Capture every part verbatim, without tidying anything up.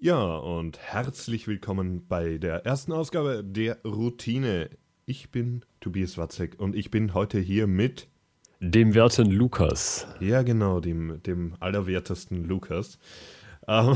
Ja, und herzlich willkommen bei der ersten Ausgabe der Routine. Ich bin Tobias Watzek und ich bin heute hier mit dem werten Lukas. Ja, genau, dem, dem allerwertesten Lukas. Ähm,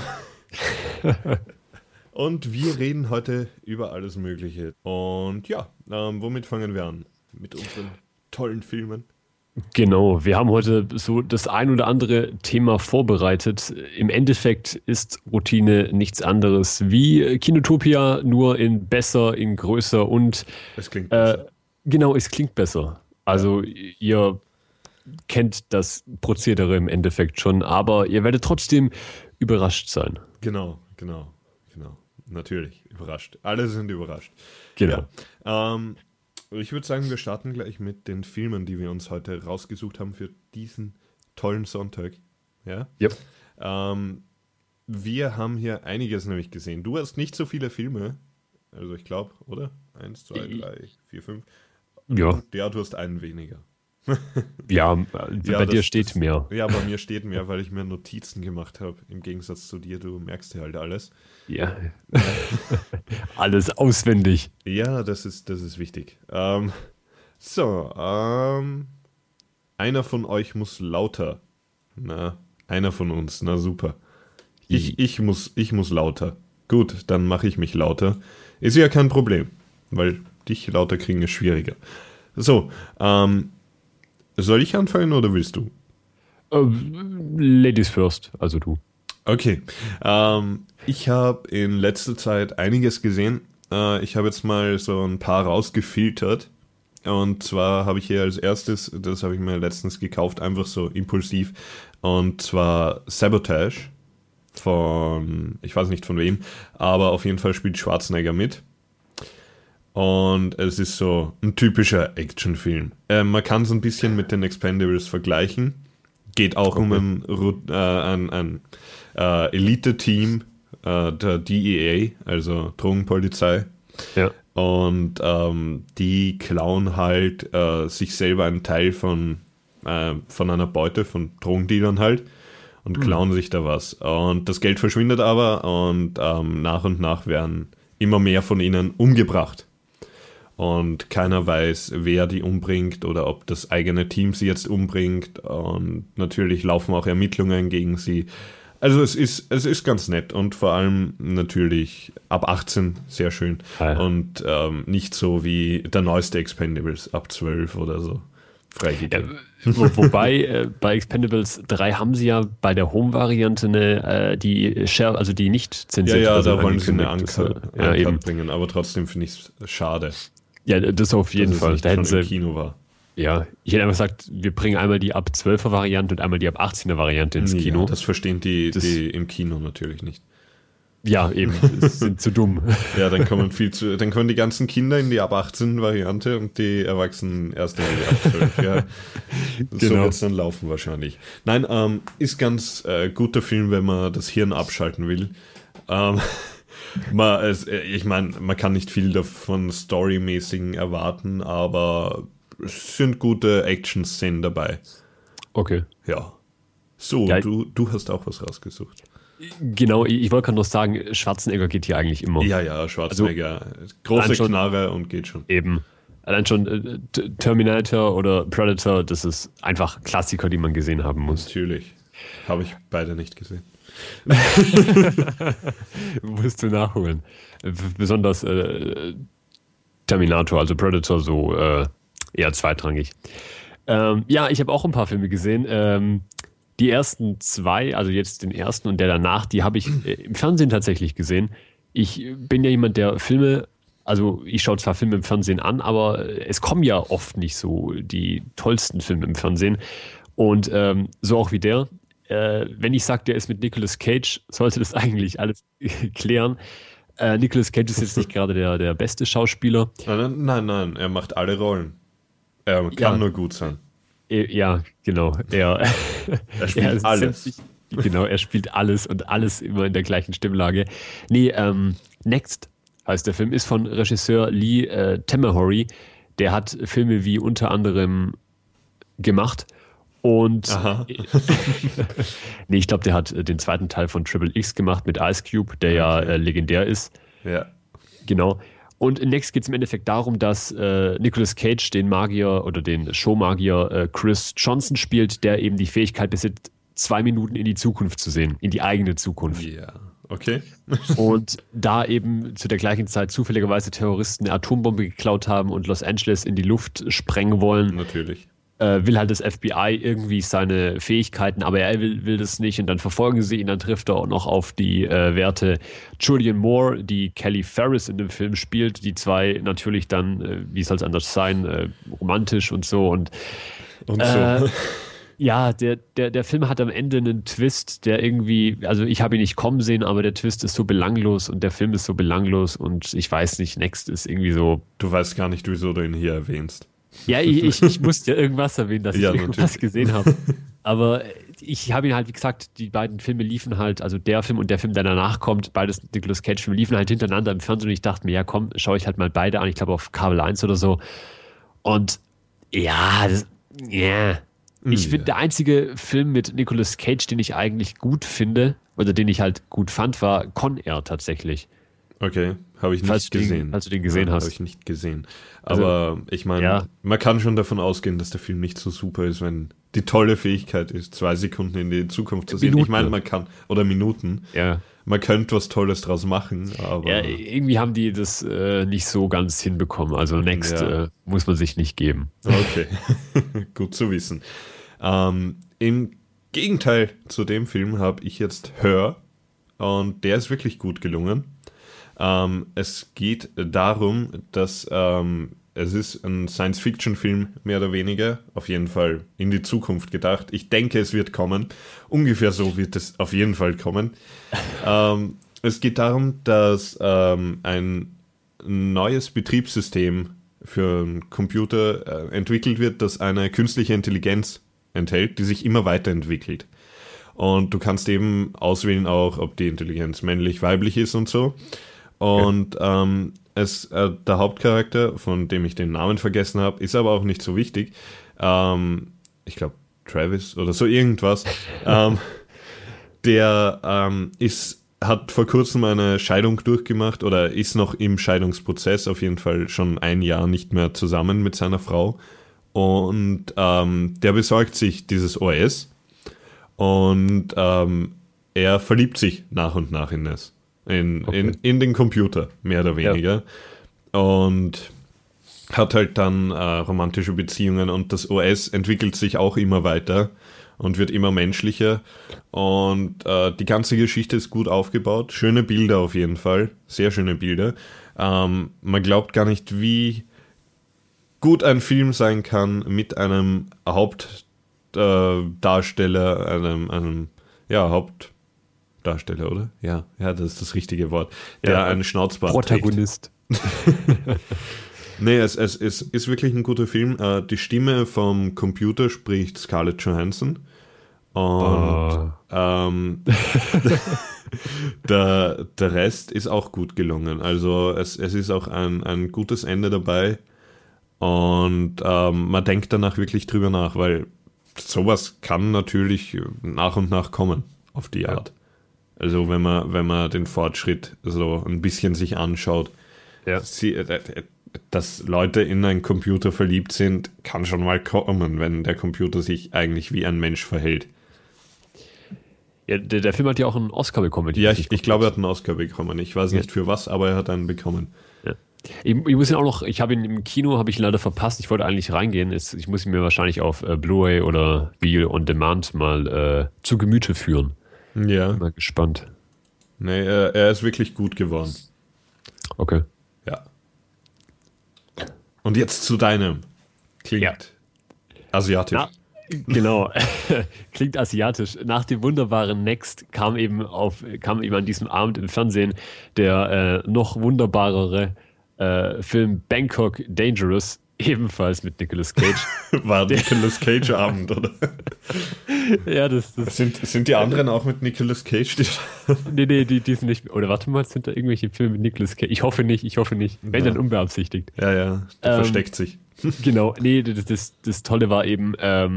und wir reden heute über alles Mögliche. Und ja, ähm, womit fangen wir an? Mit unseren tollen Filmen. Genau, wir haben heute so das ein oder andere Thema vorbereitet. Im Endeffekt ist Routine nichts anderes wie Kinotopia, nur in besser, in größer und Es klingt äh, besser. genau, es klingt besser. Also ihr kennt das Prozedere im Endeffekt schon, aber ihr werdet trotzdem überrascht sein. Genau, genau, genau. Natürlich, überrascht. Alle sind überrascht. Genau. Ja, ähm, ich würde sagen, wir starten gleich mit den Filmen, die wir uns heute rausgesucht haben für diesen tollen Sonntag. Ja? Yep. Ähm, wir haben hier einiges nämlich gesehen. Du hast nicht so viele Filme, also ich glaube, oder? Eins, zwei, drei, vier, fünf. Ja. Ja, du hast einen weniger. Ja, bei Ja, dir das, steht das, mehr. Ja, bei mir steht mehr, weil ich mir Notizen gemacht habe. Im Gegensatz zu dir, du merkst ja halt alles. Ja. Alles auswendig. Ja, das ist, das ist wichtig. Ähm, so, ähm, einer von euch muss lauter. Na, einer von uns, na super. Ich, ich, muss, ich muss lauter. Gut, dann mache ich mich lauter. Ist ja kein Problem, weil dich lauter kriegen ist schwieriger. So, ähm, soll ich anfangen oder willst du? Uh, Ladies first, also du. Okay, ähm, ich habe in letzter Zeit einiges gesehen. Äh, ich habe jetzt mal so ein paar rausgefiltert. Und zwar habe ich hier als erstes, das habe ich mir letztens gekauft, einfach so impulsiv. Und zwar Sabotage von, ich weiß nicht von wem, aber auf jeden Fall spielt Schwarzenegger mit. Und es ist so ein typischer Actionfilm. Äh, man kann es ein bisschen mit den Expendables vergleichen. Geht auch okay. um ein, äh, ein, ein äh, Elite-Team äh, der D E A, also Drogenpolizei. Ja. Und ähm, die klauen halt äh, sich selber einen Teil von, äh, von einer Beute, von Drogendealern halt und klauen mhm. sich da was. Und das Geld verschwindet aber und ähm, nach und nach werden immer mehr von ihnen umgebracht. Und keiner weiß, wer die umbringt oder ob das eigene Team sie jetzt umbringt. Und natürlich laufen auch Ermittlungen gegen sie. Also es ist, es ist ganz nett und vor allem natürlich ab achtzehn sehr schön. Ah ja. Und ähm, nicht so wie der neueste Expendables ab zwölf oder so freigegeben. Ja, wo, wobei äh, bei Expendables drei haben sie ja bei der Home-Variante eine, äh, die Share, also die nicht zensiert. Ja, ja, also da wollen sie eine Anker, das, äh, ja, bringen, aber trotzdem finde ich es schade. Ja, das auf jeden dass Fall. Es nicht da hätten schon sie, im Kino war. Ja, ich hätte einfach gesagt, wir bringen einmal die ab zwölfer Variante und einmal die ab achtzehner Variante ins Kino. Ja, das verstehen die, das, die im Kino natürlich nicht. Ja, eben, sind zu dumm. Ja, dann kommen viel zu, dann kommen die ganzen Kinder in die ab achtzehn Variante und die Erwachsenen erst in die ab zwölf. Ja. So genau. Wird es dann laufen wahrscheinlich. Nein, ähm, ist ganz äh, guter Film, wenn man das Hirn abschalten will. Ähm, man, es, ich meine, man kann nicht viel davon storymäßigen erwarten, aber es sind gute Action-Szenen dabei. Okay. Ja. So, ja, du, du hast auch was rausgesucht. Genau, ich, ich wollte gerade noch sagen, Schwarzenegger geht hier eigentlich immer. Ja, ja, Schwarzenegger. Also, große schon, Knarre und geht schon. Eben. Allein schon äh, Terminator oder Predator, das ist einfach Klassiker, die man gesehen haben muss. Natürlich. Habe ich beide nicht gesehen. Musst du nachholen. Besonders äh, Terminator, also Predator, so äh, eher zweitrangig. Ähm, ja, ich habe auch ein paar Filme gesehen. Ähm, die ersten zwei, also jetzt den ersten und der danach, die habe ich äh, im Fernsehen tatsächlich gesehen. Ich bin ja jemand, der Filme, also ich schaue zwar Filme im Fernsehen an, aber es kommen ja oft nicht so die tollsten Filme im Fernsehen. Und ähm, so auch wie der. Äh, wenn ich sage, der ist mit Nicolas Cage, sollte das eigentlich alles klären. Äh, Nicolas Cage ist jetzt nicht gerade der, der beste Schauspieler. Nein, nein, nein, er macht alle Rollen. Er kann ja. nur gut sein. Ja, genau. Er, er spielt er alles. Sämtlich, genau, er spielt alles und alles immer in der gleichen Stimmlage. Nee, ähm, Next heißt der Film, ist von Regisseur Lee äh, Tamahori. Der hat Filme wie unter anderem gemacht Und Aha. nee, ich glaube, der hat den zweiten Teil von Triple X gemacht mit Ice Cube, der ja Okay. äh, legendär ist. Ja. Genau. Und in Next geht es im Endeffekt darum, dass äh, Nicolas Cage den Magier oder den Showmagier äh, Chris Johnson spielt, der eben die Fähigkeit besitzt, zwei Minuten in die Zukunft zu sehen, in die eigene Zukunft. Ja. Okay. Und da eben zu der gleichen Zeit zufälligerweise Terroristen eine Atombombe geklaut haben und Los Angeles in die Luft sprengen wollen, Natürlich. äh, will halt das F B I irgendwie seine Fähigkeiten, aber er will, will das nicht und dann verfolgen sie ihn, dann trifft er auch noch auf die äh, Werte Julianne Moore, die Kelly Ferris in dem Film spielt, die zwei natürlich dann, äh, wie soll es anders sein, äh, romantisch und so und Und äh, so. ja, der, der, der Film hat am Ende einen Twist, der irgendwie, also ich habe ihn nicht kommen sehen, aber der Twist ist so belanglos und der Film ist so belanglos und ich weiß nicht, Next ist irgendwie so. Du weißt gar nicht, wieso du ihn hier erwähnst. Ja, ich, ich, ich musste ja irgendwas erwähnen, dass ich Ja, irgendwas natürlich. gesehen habe. Aber ich habe ihn halt, wie gesagt, die beiden Filme liefen halt, also der Film und der Film, der danach kommt, beides Nicolas Cage-Filme liefen halt hintereinander im Fernsehen und ich dachte mir, ja komm, schaue ich halt mal beide an, ich glaube auf Kabel eins oder so. Und ja, das, yeah. Ich Ja. finde, der einzige Film mit Nicolas Cage, den ich eigentlich gut finde, oder den ich halt gut fand, war Con Air tatsächlich. Okay, habe ich Falls nicht du den- gesehen. falls du den gesehen Ja, hast. Habe ich nicht gesehen. Also, Aber ich meine, ja. man kann schon davon ausgehen, dass der Film nicht so super ist, wenn die tolle Fähigkeit ist, zwei Sekunden in die Zukunft zu sehen. Minuten. Ich meine, man kann, oder Minuten, Ja. man könnte was Tolles draus machen, aber Ja, irgendwie haben die das äh, nicht so ganz hinbekommen. Also Next Ja. äh, muss man sich nicht geben. okay, gut zu wissen. Ähm, im Gegenteil zu dem Film habe ich jetzt Her und der ist wirklich gut gelungen. Ähm, es geht darum, dass ähm, es ist ein Science-Fiction-Film, mehr oder weniger, auf jeden Fall in die Zukunft gedacht. Ich denke, es wird kommen. Ungefähr so wird es auf jeden Fall kommen. ähm, es geht darum, dass ähm, ein neues Betriebssystem für einen Computer äh, entwickelt wird, das eine künstliche Intelligenz enthält, die sich immer weiterentwickelt. Und du kannst eben auswählen auch, ob die Intelligenz männlich, weiblich ist und so. Und ähm, es, äh, der Hauptcharakter, von dem ich den Namen vergessen habe, ist aber auch nicht so wichtig. Ähm, ich glaube, Travis oder so irgendwas. ähm, der ähm, ist, hat vor kurzem eine Scheidung durchgemacht oder ist noch im Scheidungsprozess, auf jeden Fall schon ein Jahr nicht mehr zusammen mit seiner Frau. Und ähm, der besorgt sich dieses O S und ähm, er verliebt sich nach und nach in es. In, Okay. in, in den Computer, mehr oder weniger. Und hat halt dann äh, romantische Beziehungen und das O S entwickelt sich auch immer weiter und wird immer menschlicher. Und äh, die ganze Geschichte ist gut aufgebaut. Schöne Bilder auf jeden Fall. Sehr schöne Bilder. Ähm, man glaubt gar nicht, wie gut ein Film sein kann mit einem Hauptdarsteller, äh, einem, einem ja, Hauptdarsteller, oder? Ja, ja, das ist das richtige Wort. Der Ja, einen Schnauzbart trägt. Protagonist. Nee, es, es, es ist wirklich ein guter Film. Äh, die Stimme vom Computer spricht Scarlett Johansson. Und Oh. ähm, der, der Rest ist auch gut gelungen. Also es, es ist auch ein, ein gutes Ende dabei. Und ähm, man denkt danach wirklich drüber nach, weil sowas kann natürlich nach und nach kommen, auf die Art. Also wenn man, wenn man den Fortschritt so ein bisschen sich anschaut, Ja. sie, äh, dass Leute in einen Computer verliebt sind, kann schon mal kommen, wenn der Computer sich eigentlich wie ein Mensch verhält. Ja, der, der Film hat ja auch einen Oscar bekommen. wenn Ja, mich ich, nicht ich glaube, er hat einen Oscar bekommen. Ich weiß nicht für was, aber er hat einen bekommen. Ja. Ich, ich muss ihn auch noch, ich habe ihn im Kino, habe ich ihn leider verpasst. Ich wollte eigentlich reingehen. Es- Ich muss ihn mir wahrscheinlich auf äh, Blu-ray oder Video on Demand mal äh, zu Gemüte führen. Ja, Bin mal gespannt. nee, er, er ist wirklich gut geworden. Okay. Ja. Und jetzt zu deinem. Klingt Ja. asiatisch. Na, genau. Klingt asiatisch. Nach dem wunderbaren Next kam eben auf, kam eben an diesem Abend im Fernsehen der äh, noch wunderbarere äh, Film Bangkok Dangerous, ebenfalls mit Nicolas Cage. War Nicolas Cage Abend, oder? Ja, das, das Sind, sind die anderen auch mit Nicolas Cage? Die nee, nee, die, die sind nicht. Oder warte mal, sind da irgendwelche Filme mit Nicolas Cage? Ich hoffe nicht, ich hoffe nicht. Wenn Ja. dann unbeabsichtigt. ja, ja, der Ähm, versteckt sich. Genau, nee, das, das, das Tolle war eben, ähm,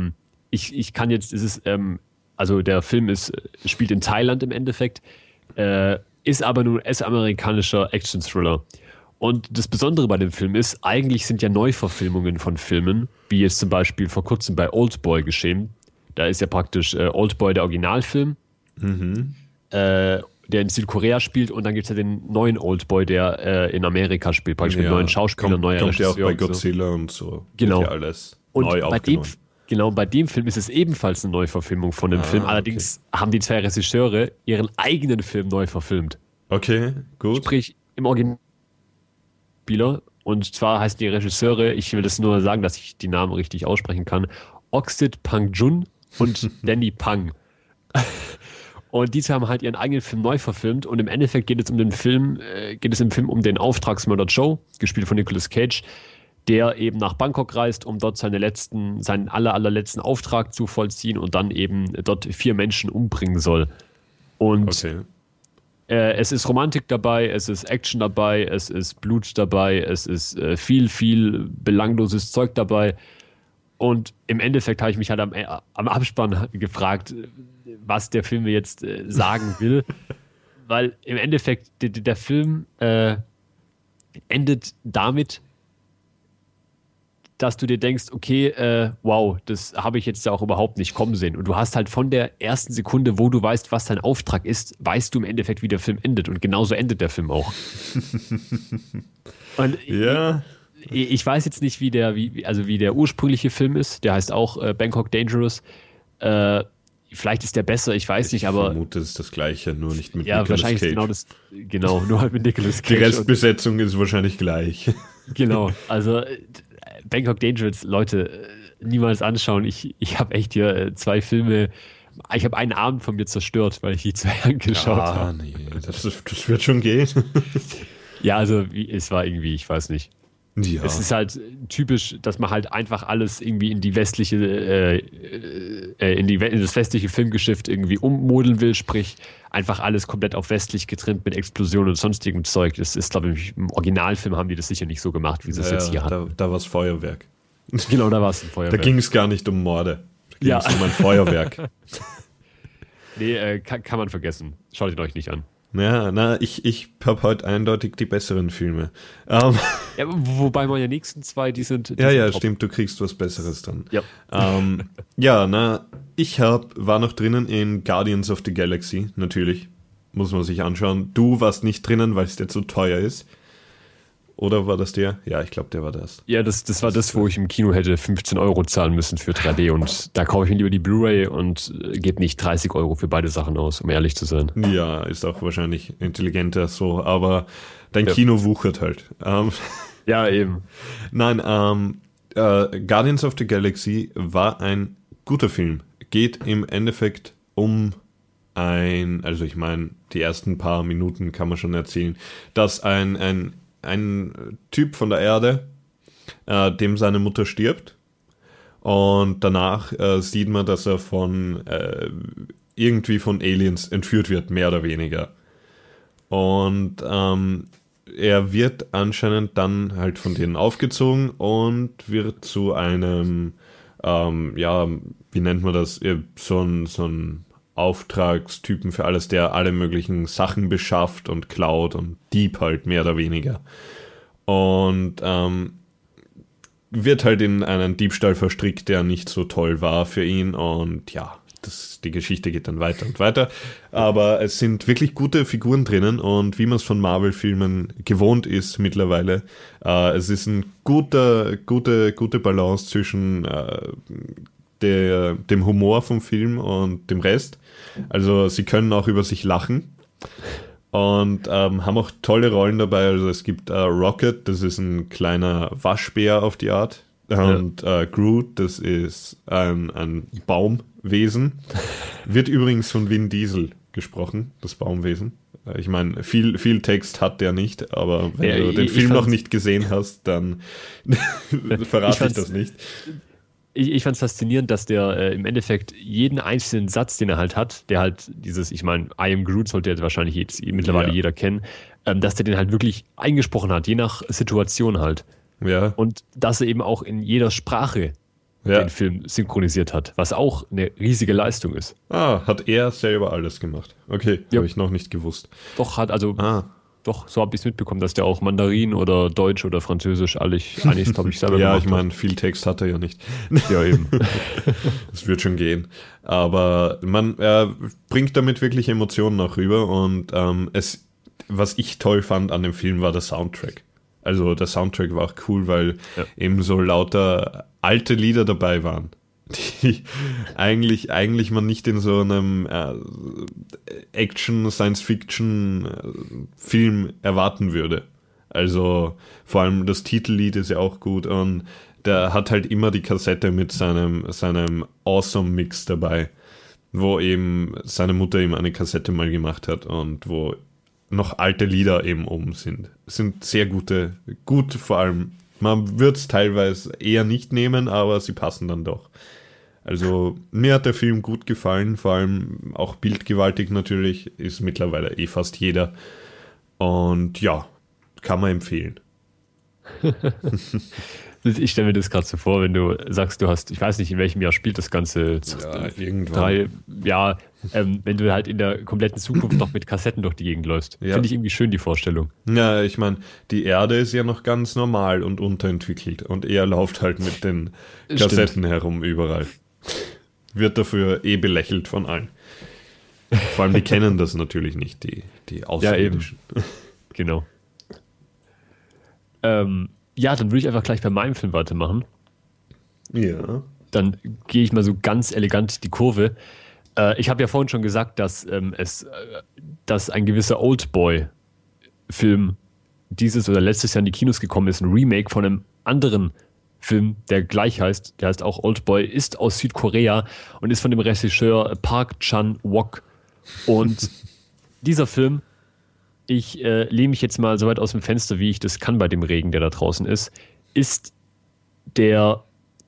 ich, ich kann jetzt, es ist, ähm, also der Film ist, spielt in Thailand im Endeffekt, äh, ist aber nur US-amerikanischer Action-Thriller. Und das Besondere bei dem Film ist, eigentlich sind ja Neuverfilmungen von Filmen, wie jetzt zum Beispiel vor kurzem bei Oldboy geschehen. Da ist ja praktisch äh, Oldboy der Originalfilm, Mhm. äh, der in Südkorea spielt, und dann gibt es ja den neuen Oldboy, der äh, in Amerika spielt, praktisch mit Ja, neuen Schauspielern, kommt, neuer kommt ja auch Regisseur bei und so. Godzilla und so. Genau. Wird ja alles Und neu bei dem, aufgenommen. genau, bei dem Film ist es ebenfalls eine Neuverfilmung von dem Ah, Film. Allerdings haben die zwei Regisseure ihren eigenen Film neu verfilmt. Okay, gut. Sprich, im Original Spieler, und zwar heißen die Regisseure, ich will das nur sagen, dass ich die Namen richtig aussprechen kann, Oxit Pangjun und Danny Pang. Und die zwei haben halt ihren eigenen Film neu verfilmt, und im Endeffekt geht es um den Film, äh, geht es im Film um den Auftragsmörder Joe, gespielt von Nicolas Cage, der eben nach Bangkok reist, um dort seine letzten, seinen aller, allerletzten Auftrag zu vollziehen und dann eben dort vier Menschen umbringen soll. Und Okay. äh, es ist Romantik dabei, es ist Action dabei, es ist Blut dabei, es ist äh, viel, viel belangloses Zeug dabei. Und im Endeffekt habe ich mich halt am, äh, am Abspann gefragt, was der Film mir jetzt äh, sagen will. Weil im Endeffekt der, der Film äh, endet damit, dass du dir denkst, okay, äh, wow, das habe ich jetzt ja auch überhaupt nicht kommen sehen. Und du hast halt von der ersten Sekunde, wo du weißt, was dein Auftrag ist, weißt du im Endeffekt, wie der Film endet. Und genauso endet der Film auch. Und Ja. ich, ich weiß jetzt nicht, wie der, wie, also wie der ursprüngliche Film ist. Der heißt auch äh, Bangkok Dangerous. Äh, vielleicht ist der besser, ich weiß nicht, Ich aber vermute, es ist das Gleiche, nur nicht mit ja, Nicolas wahrscheinlich Cage. ist genau das, genau, nur halt mit Nicolas Die Cage. Restbesetzung ist wahrscheinlich gleich. Und, genau, also äh, Bangkok Dangerous, Leute, äh, niemals anschauen. Ich, ich habe echt hier äh, zwei Filme, ich habe einen Abend von mir zerstört, weil ich die zwei angeschaut Ah, habe. nee, das, das wird schon gehen. Ja, also wie, es war irgendwie, ich weiß nicht. Ja. Es ist halt typisch, dass man halt einfach alles irgendwie in die westliche, äh, äh, in, die, in das westliche Filmgeschäft irgendwie ummodeln will, sprich einfach alles komplett auf westlich getrimmt mit Explosionen und sonstigem Zeug. Das ist, glaube ich, im Originalfilm haben die das sicher nicht so gemacht, wie sie es ja, jetzt hier da, hatten. da war es Feuerwerk. Genau, da war es ein Da Feuerwerk. ging es gar nicht um Morde. Da ging Ja. es um ein Feuerwerk. Nee, äh, kann, kann man vergessen. Schaut ihn euch nicht an. Ja, na, ich, ich habe heute eindeutig die besseren Filme. Ähm, Ja, wo- wobei meine nächsten zwei, die sind. Die ja, sind ja, top. stimmt, du kriegst was Besseres dann. Ja. Ähm, ja, na, ich hab, war noch drinnen in Guardians of the Galaxy, natürlich. Muss man sich anschauen. Du warst nicht drinnen, weil es dir zu teuer ist. Oder war das der? Ja, ich glaube, der war das. Ja, das, das war das, wo ich im Kino hätte fünfzehn Euro zahlen müssen für drei D, und da kaufe ich mir lieber die Blu-ray und äh, gebe nicht dreißig Euro für beide Sachen aus, um ehrlich zu sein. Ja, ist auch wahrscheinlich intelligenter so, aber dein Ja. Kino wuchert halt. Ähm, Ja, eben. nein, ähm, äh, Guardians of the Galaxy war ein guter Film. Geht im Endeffekt um ein, also ich meine, die ersten paar Minuten kann man schon erzählen, dass ein, ein, ein Typ von der Erde, äh, dem seine Mutter stirbt, und danach äh, sieht man, dass er von äh, irgendwie von Aliens entführt wird, mehr oder weniger. Und ähm, er wird anscheinend dann halt von denen aufgezogen und wird zu einem, ähm, ja, wie nennt man das, so ein, so ein Auftragstypen für alles, der alle möglichen Sachen beschafft und klaut und Dieb halt, mehr oder weniger. Und ähm, wird halt in einen Diebstahl verstrickt, der nicht so toll war für ihn, und ja, das, die Geschichte geht dann weiter und weiter. Aber es sind wirklich gute Figuren drinnen, und wie man es von Marvel-Filmen gewohnt ist mittlerweile, äh, es ist eine gute, gute, gute Balance zwischen äh, der, dem Humor vom Film und dem Rest. Also sie können auch über sich lachen. Und ähm, haben auch tolle Rollen dabei. Also es gibt äh, Rocket, das ist ein kleiner Waschbär auf die Art. Und äh, Groot, das ist ein, ein Baumwesen. Wird übrigens von Vin Diesel gesprochen, das Baumwesen. Äh, Ich meine, viel, viel Text hat der nicht, aber wenn Ja, du ich- den ich Film noch fand's- nicht gesehen hast, dann Ich verrate ich fand's- das nicht. Ich, ich fand es faszinierend, dass der äh, im Endeffekt jeden einzelnen Satz, den er halt hat, der halt dieses, ich meine, I am Groot sollte jetzt wahrscheinlich jetzt mittlerweile Ja. jeder kennen, ähm, dass der den halt wirklich eingesprochen hat, je nach Situation halt. Ja, Und dass er eben auch in jeder Sprache ja. den Film synchronisiert hat, was auch eine riesige Leistung ist. Ah, hat er selber alles gemacht. Okay, ja. habe ich noch nicht gewusst. Doch, hat also, ah. doch, so habe ich es mitbekommen, dass der auch Mandarin oder Deutsch oder Französisch alles, alles glaube ich, selber ja, gemacht ich meine, viel Text hat er ja nicht. Ja, eben. Das wird schon gehen. Aber man er bringt damit wirklich Emotionen auch rüber und ähm, es, was ich toll fand an dem Film, war der Soundtrack. Also der Soundtrack war auch cool, weil ja. eben so lauter alte Lieder dabei waren, die eigentlich, eigentlich man nicht in so einem äh, Action, Science-Fiction-Film erwarten würde. Also vor allem das Titellied ist ja auch gut und der hat halt immer die Kassette mit seinem, seinem Awesome-Mix dabei, wo eben seine Mutter ihm eine Kassette mal gemacht hat und wo noch alte Lieder eben oben sind. Es sind sehr gute, gut vor allem. Man wird es teilweise eher nicht nehmen, aber sie passen dann doch. Also mir hat der Film gut gefallen, vor allem auch bildgewaltig natürlich, ist mittlerweile eh fast jeder. Und ja, kann man empfehlen. Ich stelle mir das gerade so vor, wenn du sagst, du hast, ich weiß nicht, in welchem Jahr spielt das Ganze. Ja, irgendwann. Drei, ja, ähm, wenn du halt in der kompletten Zukunft noch mit Kassetten durch die Gegend läufst. Ja. Finde ich irgendwie schön, die Vorstellung. Ja, ich meine, die Erde ist ja noch ganz normal und unterentwickelt und er läuft halt mit den Kassetten Stimmt. herum überall. Wird dafür eh belächelt von allen. Vor allem, die kennen das natürlich nicht, die, die Außerirdischen. Ja, eben. Genau. Ähm, ja, dann würde ich einfach gleich bei meinem Film weitermachen. Ja. Dann gehe ich mal so ganz elegant die Kurve. Äh, ich habe ja vorhin schon gesagt, dass ähm, es, äh, dass ein gewisser Oldboy-Film dieses oder letztes Jahr in die Kinos gekommen ist, ein Remake von einem anderen Film, der gleich heißt, der heißt auch Oldboy, ist aus Südkorea und ist von dem Regisseur Park Chan-wook. Und dieser Film, ich äh, lehne mich jetzt mal so weit aus dem Fenster, wie ich das kann bei dem Regen, der da draußen ist, ist der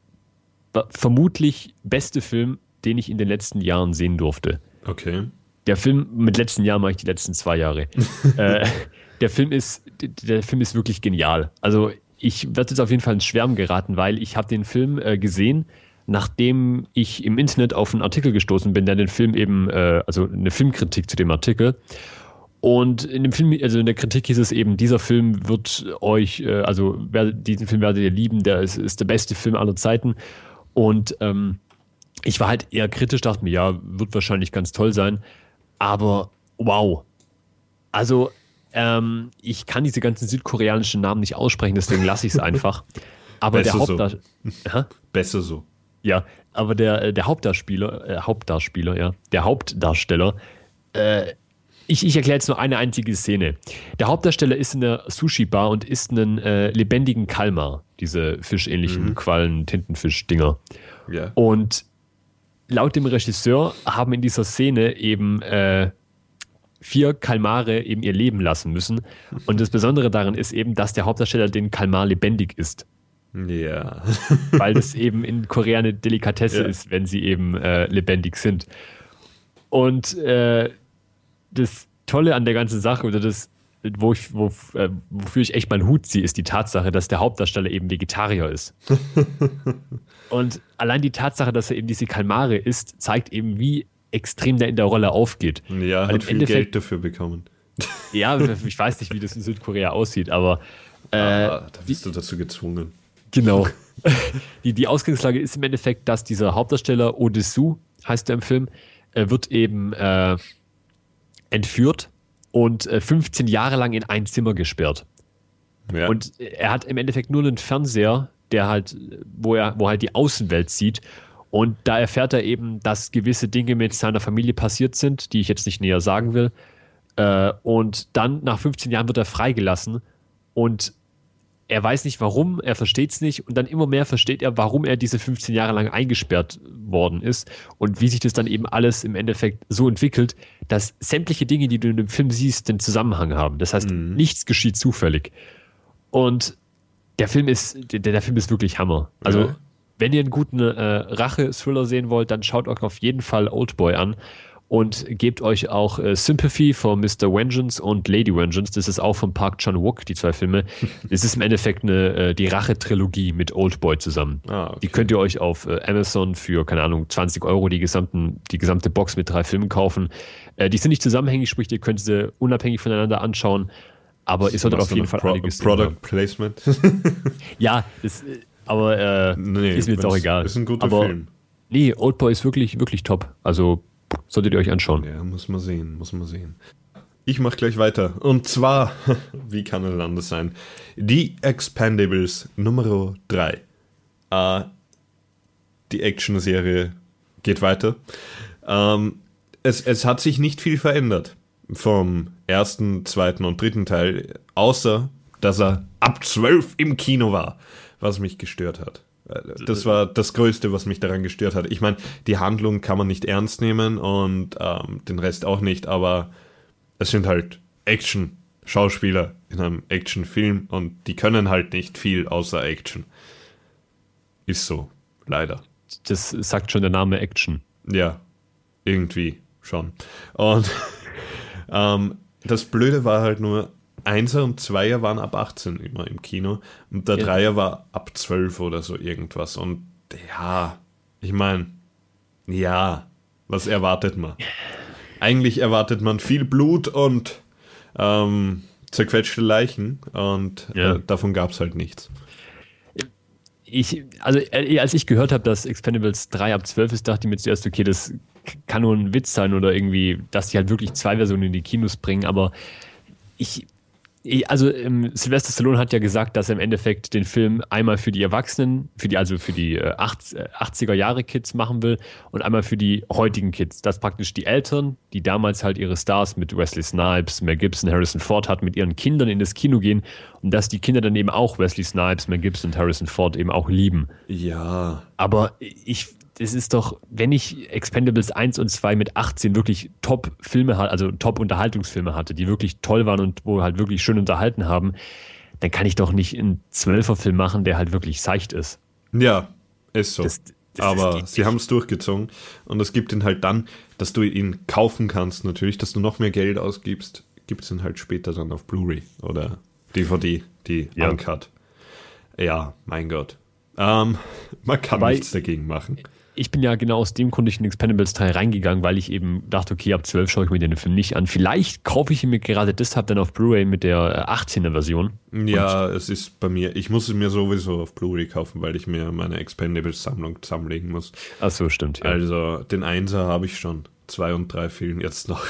vermutlich beste Film, den ich in den letzten Jahren sehen durfte. Okay. Der Film, mit letzten Jahren mache ich die letzten zwei Jahre. äh, der Film ist, der Film ist wirklich genial. Also ich werde jetzt auf jeden Fall ins Schwärmen geraten, weil ich habe den Film äh, gesehen, nachdem ich im Internet auf einen Artikel gestoßen bin, der den Film eben, äh, also eine Filmkritik zu dem Artikel. Und in dem Film, also in der Kritik hieß es eben, dieser Film wird euch, äh, also wer, diesen Film werdet ihr lieben, der ist, ist der beste Film aller Zeiten. Und ähm, ich war halt eher kritisch, dachte mir, ja, wird wahrscheinlich ganz toll sein. Aber wow. Also ähm, ich kann diese ganzen südkoreanischen Namen nicht aussprechen, deswegen lasse ich es einfach. Aber Besser der Hauptdarsteller. So. Besser so. Ja, aber der, der Hauptdarsteller, äh, Hauptdarsteller, ja, der Hauptdarsteller, äh, ich, ich erkläre jetzt nur eine einzige Szene. Der Hauptdarsteller ist in der Sushi-Bar und isst einen äh, lebendigen Kalmar, diese fischähnlichen mhm. Quallen, Tintenfisch-Dinger. Ja. Und laut dem Regisseur haben in dieser Szene eben äh, vier Kalmare eben ihr Leben lassen müssen. Und das Besondere daran ist eben, dass der Hauptdarsteller den Kalmar lebendig isst. Ja. Weil das eben in Korea eine Delikatesse ja. ist, wenn sie eben äh, lebendig sind. Und äh, das Tolle an der ganzen Sache, oder das, wo ich, wo, äh, wofür ich echt meinen Hut ziehe, ist die Tatsache, dass der Hauptdarsteller eben Vegetarier ist. Und allein die Tatsache, dass er eben diese Kalmare isst, zeigt eben, wie extrem der in der Rolle aufgeht. Ja, Weil hat viel Endeffekt, Geld dafür bekommen. Ja, ich weiß nicht, wie das in Südkorea aussieht, aber äh, ah, da bist du dazu gezwungen. Genau. die, die Ausgangslage ist im Endeffekt, dass dieser Hauptdarsteller Odessu, heißt er im Film, äh, wird eben äh, entführt und äh, fünfzehn Jahre lang in ein Zimmer gesperrt. Ja. Und er hat im Endeffekt nur einen Fernseher, der halt, wo er, wo halt die Außenwelt sieht. Und da erfährt er eben, dass gewisse Dinge mit seiner Familie passiert sind, die ich jetzt nicht näher sagen will. Äh, und dann nach fünfzehn Jahren wird er freigelassen und er weiß nicht warum, er versteht es nicht und dann immer mehr versteht er, warum er diese fünfzehn Jahre lang eingesperrt worden ist und wie sich das dann eben alles im Endeffekt so entwickelt, dass sämtliche Dinge, die du in dem Film siehst, den Zusammenhang haben. Das heißt, mhm. nichts geschieht zufällig. Und der Film ist, der, der Film ist wirklich Hammer. Also, ja. wenn ihr einen guten äh, Rache-Thriller sehen wollt, dann schaut euch auf jeden Fall Oldboy an. Und gebt euch auch äh, Sympathy for Mister Vengeance und Lady Vengeance. Das ist auch von Park Chan-wook, die zwei Filme. Das ist im Endeffekt eine, äh, die Rache-Trilogie mit Oldboy zusammen. Ah, okay. Die könnt ihr euch auf äh, Amazon für, keine Ahnung, zwanzig Euro die, gesamten, die gesamte Box mit drei Filmen kaufen. Äh, die sind nicht zusammenhängig, sprich, ihr könnt sie unabhängig voneinander anschauen. Aber ihr solltet auf jeden Fall Pro- alle gesehen Product haben. Placement. Ja, das, aber äh, nee, ist mir jetzt auch egal. Ist ein guter aber, Film. Nee, Oldboy ist wirklich, wirklich top. Also solltet ihr euch anschauen. Ja, muss man sehen, muss man sehen. Ich mach gleich weiter. Und zwar, wie kann es anders sein? Die Expendables Nummer drei. Äh, die Action-Serie geht weiter. Ähm, es, es hat sich nicht viel verändert vom ersten, zweiten und dritten Teil, außer dass er ab zwölf im Kino war, was mich gestört hat. Das war das Größte, was mich daran gestört hat. Ich meine, die Handlung kann man nicht ernst nehmen und ähm, den Rest auch nicht, aber es sind halt Action-Schauspieler in einem Action-Film und die können halt nicht viel außer Action. Ist so, leider. Das sagt schon der Name Action. Ja, irgendwie schon. Und ähm, das Blöde war halt nur, Einser und Zweier waren ab achtzehn immer im Kino und der ja. Dreier war ab zwölf oder so irgendwas. Und ja, ich meine, ja, was erwartet man? Eigentlich erwartet man viel Blut und ähm, zerquetschte Leichen und ja. äh, davon gab es halt nichts. Ich, also als ich gehört habe, dass Expendables drei ab zwölf ist, dachte ich mir zuerst, okay, das kann nur ein Witz sein oder irgendwie, dass die halt wirklich zwei Versionen in die Kinos bringen, aber ich Also ähm, Sylvester Stallone hat ja gesagt, dass er im Endeffekt den Film einmal für die Erwachsenen, für die, also für die äh, achtziger Jahre Kids machen will und einmal für die heutigen Kids. Dass praktisch die Eltern, die damals halt ihre Stars mit Wesley Snipes, Mel Gibson, Harrison Ford hatten, mit ihren Kindern in das Kino gehen und dass die Kinder dann eben auch Wesley Snipes, Mel Gibson und Harrison Ford eben auch lieben. Ja. Aber ich es ist doch, wenn ich Expendables eins und zwei mit achtzehn wirklich Top-Filme hatte, also Top-Unterhaltungsfilme hatte, die wirklich toll waren und wo halt wirklich schön unterhalten haben, dann kann ich doch nicht einen Zwölfer-Film machen, der halt wirklich seicht ist. Ja, ist so. Das, das Aber ist sie haben es durchgezogen und es gibt ihn halt dann, dass du ihn kaufen kannst natürlich, dass du noch mehr Geld ausgibst, gibt es ihn halt später dann auf Blu-ray oder D V D, die ja. Uncut. Ja, mein Gott. Ähm, man kann Weil, nichts dagegen machen. Ich bin ja genau aus dem Grund in Expendables drei reingegangen, weil ich eben dachte, okay, ab zwölf schaue ich mir den Film nicht an. Vielleicht kaufe ich ihn mir gerade deshalb dann auf Blu-ray mit der achtzehner Version. Ja, und es ist bei mir, ich muss es mir sowieso auf Blu-ray kaufen, weil ich mir meine Expendables-Sammlung zusammenlegen muss. Ach so, stimmt. Ja. Also den Einser habe ich schon, zwei und drei fehlen jetzt noch.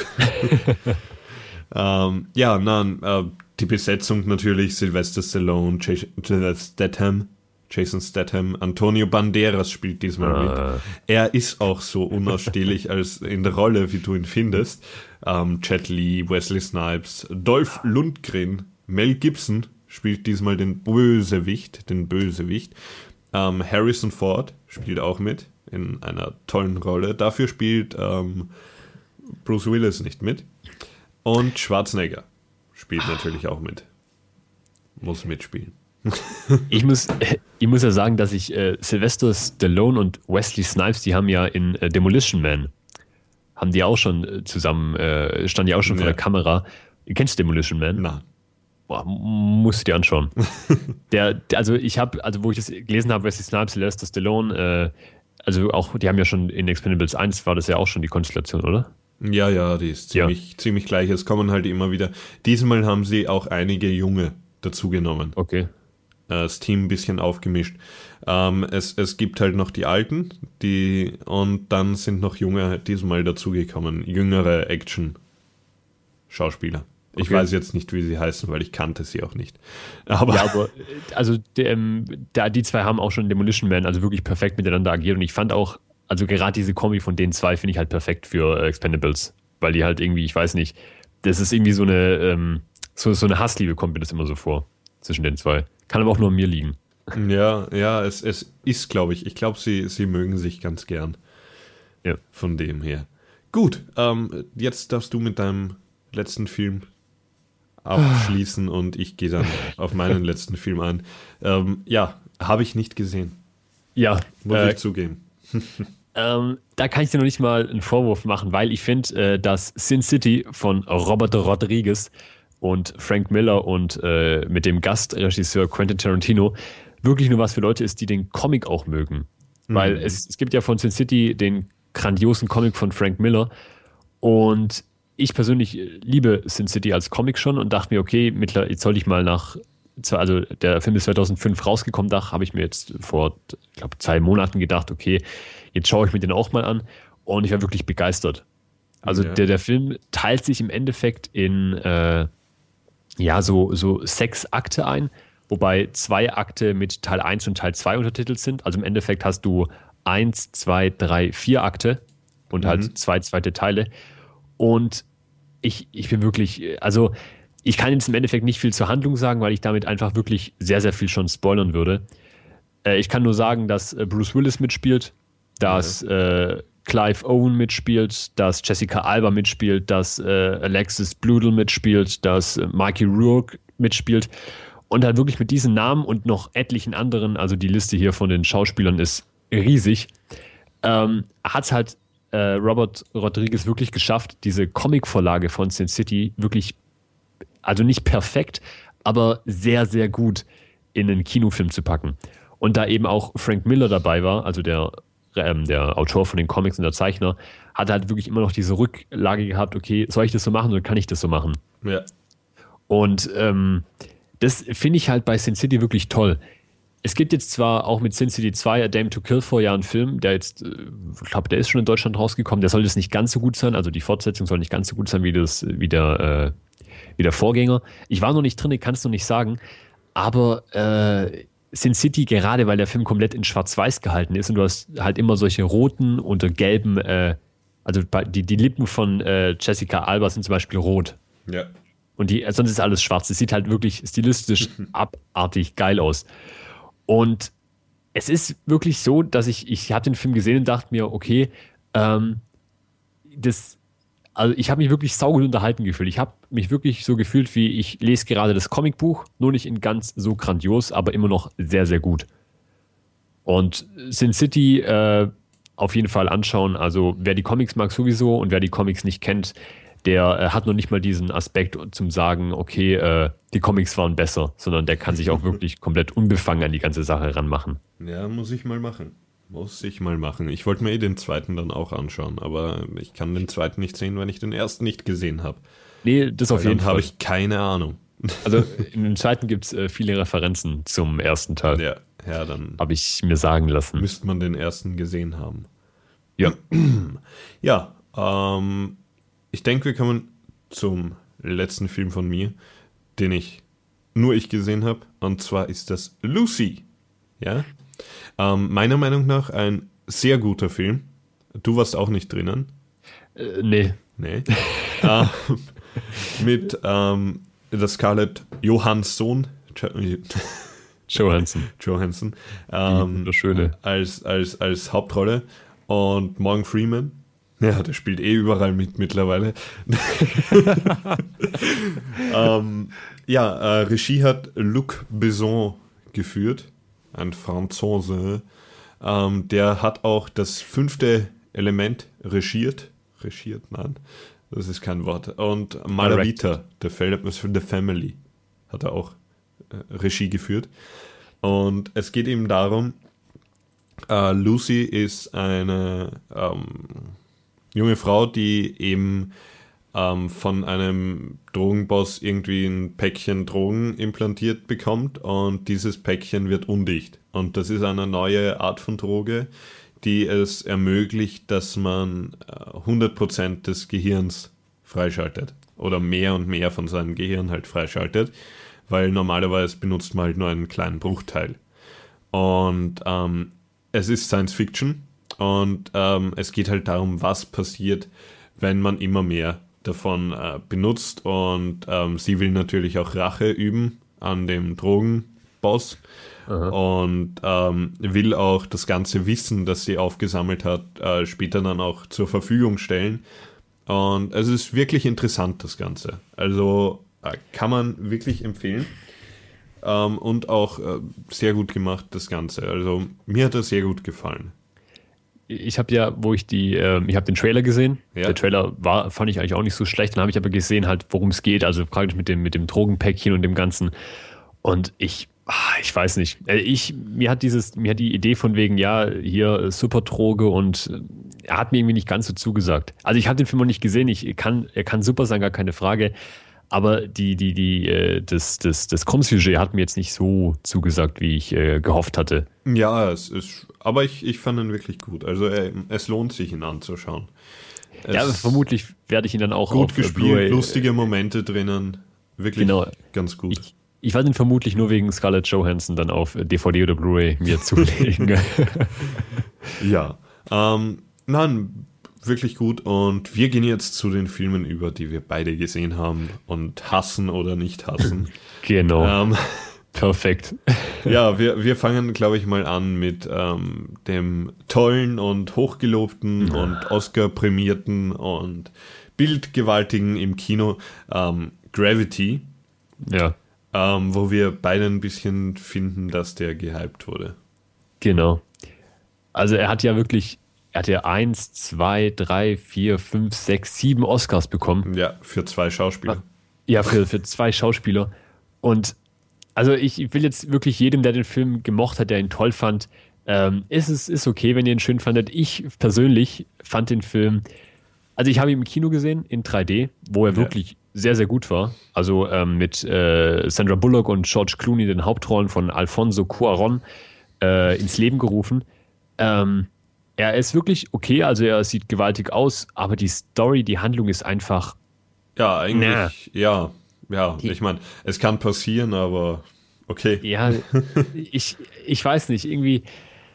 ähm, ja, nein, äh, die Besetzung natürlich, Sylvester Stallone, Jason Statham, Jason Statham, Antonio Banderas spielt diesmal ah. mit. Er ist auch so unausstehlich als in der Rolle, wie du ihn findest. Ähm, Jet Li, Wesley Snipes, Dolph Lundgren, Mel Gibson spielt diesmal den Bösewicht, den Bösewicht. Ähm, Harrison Ford spielt auch mit in einer tollen Rolle. Dafür spielt ähm, Bruce Willis nicht mit. Und Schwarzenegger spielt natürlich auch mit. Muss mitspielen. ich, muss, ich muss ja sagen, dass ich äh, Sylvester Stallone und Wesley Snipes, die haben ja in äh, Demolition Man, haben die auch schon äh, zusammen, äh, standen die auch schon ja. vor der Kamera. Kennst du Demolition Man? Nein. Boah, musst du dir anschauen. der, der, also ich habe, also wo ich das gelesen habe, Wesley Snipes, Sylvester Stallone, äh, also auch, die haben ja schon in Expendables eins, war das ja auch schon die Konstellation, oder? Ja, ja, die ist ziemlich, ja. ziemlich gleich. Es kommen halt immer wieder. Diesmal haben sie auch einige Junge dazugenommen. Okay. Das Team ein bisschen aufgemischt. Ähm, es, es gibt halt noch die Alten, die und dann sind noch Junge diesmal dazugekommen, jüngere Action-Schauspieler. Ich okay. weiß jetzt nicht, wie sie heißen, weil ich kannte sie auch nicht. Aber, ja, aber also der, ähm, der, die zwei haben auch schon Demolition Man also wirklich perfekt miteinander agiert und ich fand auch, also gerade diese Kombi von den zwei finde ich halt perfekt für äh, Expendables, weil die halt irgendwie, ich weiß nicht, das ist irgendwie so eine ähm, so, so eine Hassliebe kommt mir das immer so vor zwischen den zwei. Kann aber auch nur an mir liegen. Ja, ja, es, es ist, glaube ich, ich glaube, sie, sie mögen sich ganz gern. Ja. Von dem her. Gut, ähm, jetzt darfst du mit deinem letzten Film abschließen und ich gehe dann auf meinen letzten Film ein. Ähm, ja, habe ich nicht gesehen. Ja. Muss äh, ich zugeben. Ähm, da kann ich dir noch nicht mal einen Vorwurf machen, weil ich finde, äh, dass Sin City von Robert Rodriguez und Frank Miller und äh, mit dem Gastregisseur Quentin Tarantino wirklich nur was für Leute ist, die den Comic auch mögen. Weil Mhm. es, es gibt ja von Sin City den grandiosen Comic von Frank Miller und ich persönlich liebe Sin City als Comic schon und dachte mir, okay, mittler, jetzt sollte ich mal nach, also der Film ist zweitausendfünf rausgekommen, da habe ich mir jetzt vor, ich glaube, zwei Monaten gedacht, okay, jetzt schaue ich mir den auch mal an und ich war wirklich begeistert. Also Ja. der, der Film teilt sich im Endeffekt in äh, ja, so, so sechs Akte ein, wobei zwei Akte mit Teil eins und Teil zwei untertitelt sind. Also im Endeffekt hast du eins, zwei, drei, vier Akte und Mhm. halt zwei zweite Teile. Und ich, ich bin wirklich, also ich kann jetzt im Endeffekt nicht viel zur Handlung sagen, weil ich damit einfach wirklich sehr, sehr viel schon spoilern würde. Äh, ich kann nur sagen, dass äh, Bruce Willis mitspielt, Ja. dass äh, Clive Owen mitspielt, dass Jessica Alba mitspielt, dass äh, Alexis Bledel mitspielt, dass äh, Mikey Rourke mitspielt. Und halt wirklich mit diesen Namen und noch etlichen anderen, also die Liste hier von den Schauspielern ist riesig, ähm, hat es halt äh, Robert Rodriguez wirklich geschafft, diese Comicvorlage von Sin City wirklich, also nicht perfekt, aber sehr, sehr gut in einen Kinofilm zu packen. Und da eben auch Frank Miller dabei war, also der, ähm, der Autor von den Comics und der Zeichner, hat halt wirklich immer noch diese Rücklage gehabt, okay, soll ich das so machen oder kann ich das so machen? Ja. Und ähm, das finde ich halt bei Sin City wirklich toll. Es gibt jetzt zwar auch mit Sin City zwei, A Dame to Kill For, ja einen Film, der jetzt, äh, ich glaube, der ist schon in Deutschland rausgekommen, der soll jetzt nicht ganz so gut sein, also die Fortsetzung soll nicht ganz so gut sein wie, das, wie, der, äh, wie der Vorgänger. Ich war noch nicht drin, ich kann es noch nicht sagen, aber äh, Sin City, gerade weil der Film komplett in Schwarz-Weiß gehalten ist und du hast halt immer solche roten und gelben, äh, also die, die Lippen von äh, Jessica Alba sind zum Beispiel rot. Ja. Und die, sonst ist alles schwarz. Es sieht halt wirklich stilistisch abartig geil aus. Und es ist wirklich so, dass ich, ich habe den Film gesehen und dachte mir, okay, ähm, das, also ich habe mich wirklich saugut unterhalten gefühlt. Ich habe mich wirklich so gefühlt, wie ich lese gerade das Comicbuch, nur nicht in ganz so grandios, aber immer noch sehr, sehr gut. Und Sin City äh, auf jeden Fall anschauen. Also wer die Comics mag sowieso und wer die Comics nicht kennt, der äh, hat noch nicht mal diesen Aspekt zum sagen, okay, äh, die Comics waren besser, sondern der kann sich auch wirklich komplett unbefangen an die ganze Sache ranmachen. Ja, muss ich mal machen. Muss ich mal machen. Ich wollte mir eh den zweiten dann auch anschauen, aber ich kann den zweiten nicht sehen, wenn ich den ersten nicht gesehen habe. Nee, das auf Weil jeden dann habe Fall. ich keine Ahnung. Also im zweiten gibt es äh, viele Referenzen zum ersten Teil. Ja, ja, dann Habe ich mir sagen lassen. müsste man den ersten gesehen haben. Ja. Ja, ähm, ich denke, wir kommen zum letzten Film von mir, den ich nur ich gesehen habe. Und zwar ist das Lucy. Ja, ähm, meiner Meinung nach ein sehr guter Film. Du warst auch nicht drinnen. Äh, nee. Nee. ähm, mit ähm, der Scarlett Johansson. Johansson. Johansson. Die Ähm, wunderschöne. als, als, als Hauptrolle. Und Morgan Freeman. Ja, der spielt eh überall mit mittlerweile. ähm, ja, äh, Regie hat Luc Besson geführt. Ein Franzose. Ähm, der hat auch das fünfte Element regiert. Regiert, nein. Das ist kein Wort. Und Malavita, The Family, hat er auch äh, Regie geführt. Und es geht eben darum, äh, Lucy ist eine ähm, junge Frau, die eben ähm, von einem Drogenboss irgendwie ein Päckchen Drogen implantiert bekommt und dieses Päckchen wird undicht. Und das ist eine neue Art von Droge, die es ermöglicht, dass man äh, hundert Prozent des Gehirns freischaltet. Oder mehr und mehr von seinem Gehirn halt freischaltet, weil normalerweise benutzt man halt nur einen kleinen Bruchteil. Und ähm, es ist Science Fiction und ähm, es geht halt darum, was passiert, wenn man immer mehr davon äh, benutzt. Und ähm, sie will natürlich auch Rache üben an dem Drogenboss. Aha. Und ähm, will auch das ganze Wissen, das sie aufgesammelt hat, äh, später dann auch zur Verfügung stellen. Und es ist wirklich interessant, das Ganze. Also äh, kann man wirklich empfehlen. Ähm, und auch äh, sehr gut gemacht, das Ganze. Also mir hat das sehr gut gefallen. ich habe ja, wo ich die, äh, ich habe den Trailer gesehen. Ja. Der Trailer war, fand ich eigentlich auch nicht so schlecht. Dann habe ich aber gesehen, halt, worum es geht. Also praktisch mit dem, mit dem Drogenpäckchen und dem Ganzen. Und ich, ah, ich weiß nicht. Äh, Ich, mir hat dieses, mir hat die Idee von wegen, ja, hier äh, Superdroge und äh, er hat mir irgendwie nicht ganz so zugesagt. Also ich habe den Film noch nicht gesehen. Ich kann, er kann super sein, gar keine Frage. Aber die, die, die, äh, das, das, das Grundsujet hat mir jetzt nicht so zugesagt, wie ich äh, gehofft hatte. Ja, es ist, aber ich, ich fand ihn wirklich gut. Also er, es lohnt sich, ihn anzuschauen. Es Ja, vermutlich werde ich ihn dann auch gut auf äh, gespielt, Blu-ray. lustige Momente drinnen. Wirklich Genau. ganz gut. Ich, ich werde ihn vermutlich nur wegen Scarlett Johansson dann auf D V D oder Blu-ray mir zulegen. Ja, ähm, nein, wirklich gut. Und wir gehen jetzt zu den Filmen über, die wir beide gesehen haben und hassen oder nicht hassen. Genau. ähm, Perfekt. ja, wir, wir fangen, glaube ich, mal an mit ähm, dem tollen und hochgelobten und Oscar-prämierten und bildgewaltigen im Kino ähm, Gravity, Ja, ähm, wo wir beide ein bisschen finden, dass der gehypt wurde. genau. Also er hat ja wirklich, er hat ja eins, zwei, drei, vier, fünf, sechs, sieben Oscars bekommen. Ja, für zwei Schauspieler. Ja, für, für zwei Schauspieler. Und also ich will jetzt wirklich jedem, der den Film gemocht hat, der ihn toll fand, ähm, ist es ist okay, wenn ihr ihn schön fandet. Ich persönlich fand den Film, also ich habe ihn im Kino gesehen, in drei D, wo er Ja. wirklich sehr, sehr gut war. Also ähm, mit äh, Sandra Bullock und George Clooney, den Hauptrollen von Alfonso Cuarón, äh, ins Leben gerufen. Ähm, er ist wirklich okay, also er sieht gewaltig aus, aber die Story, die Handlung ist einfach, Ja, eigentlich, Na. ja, ja, Die- ich meine, es kann passieren, aber okay. ja, ich, ich weiß nicht, irgendwie,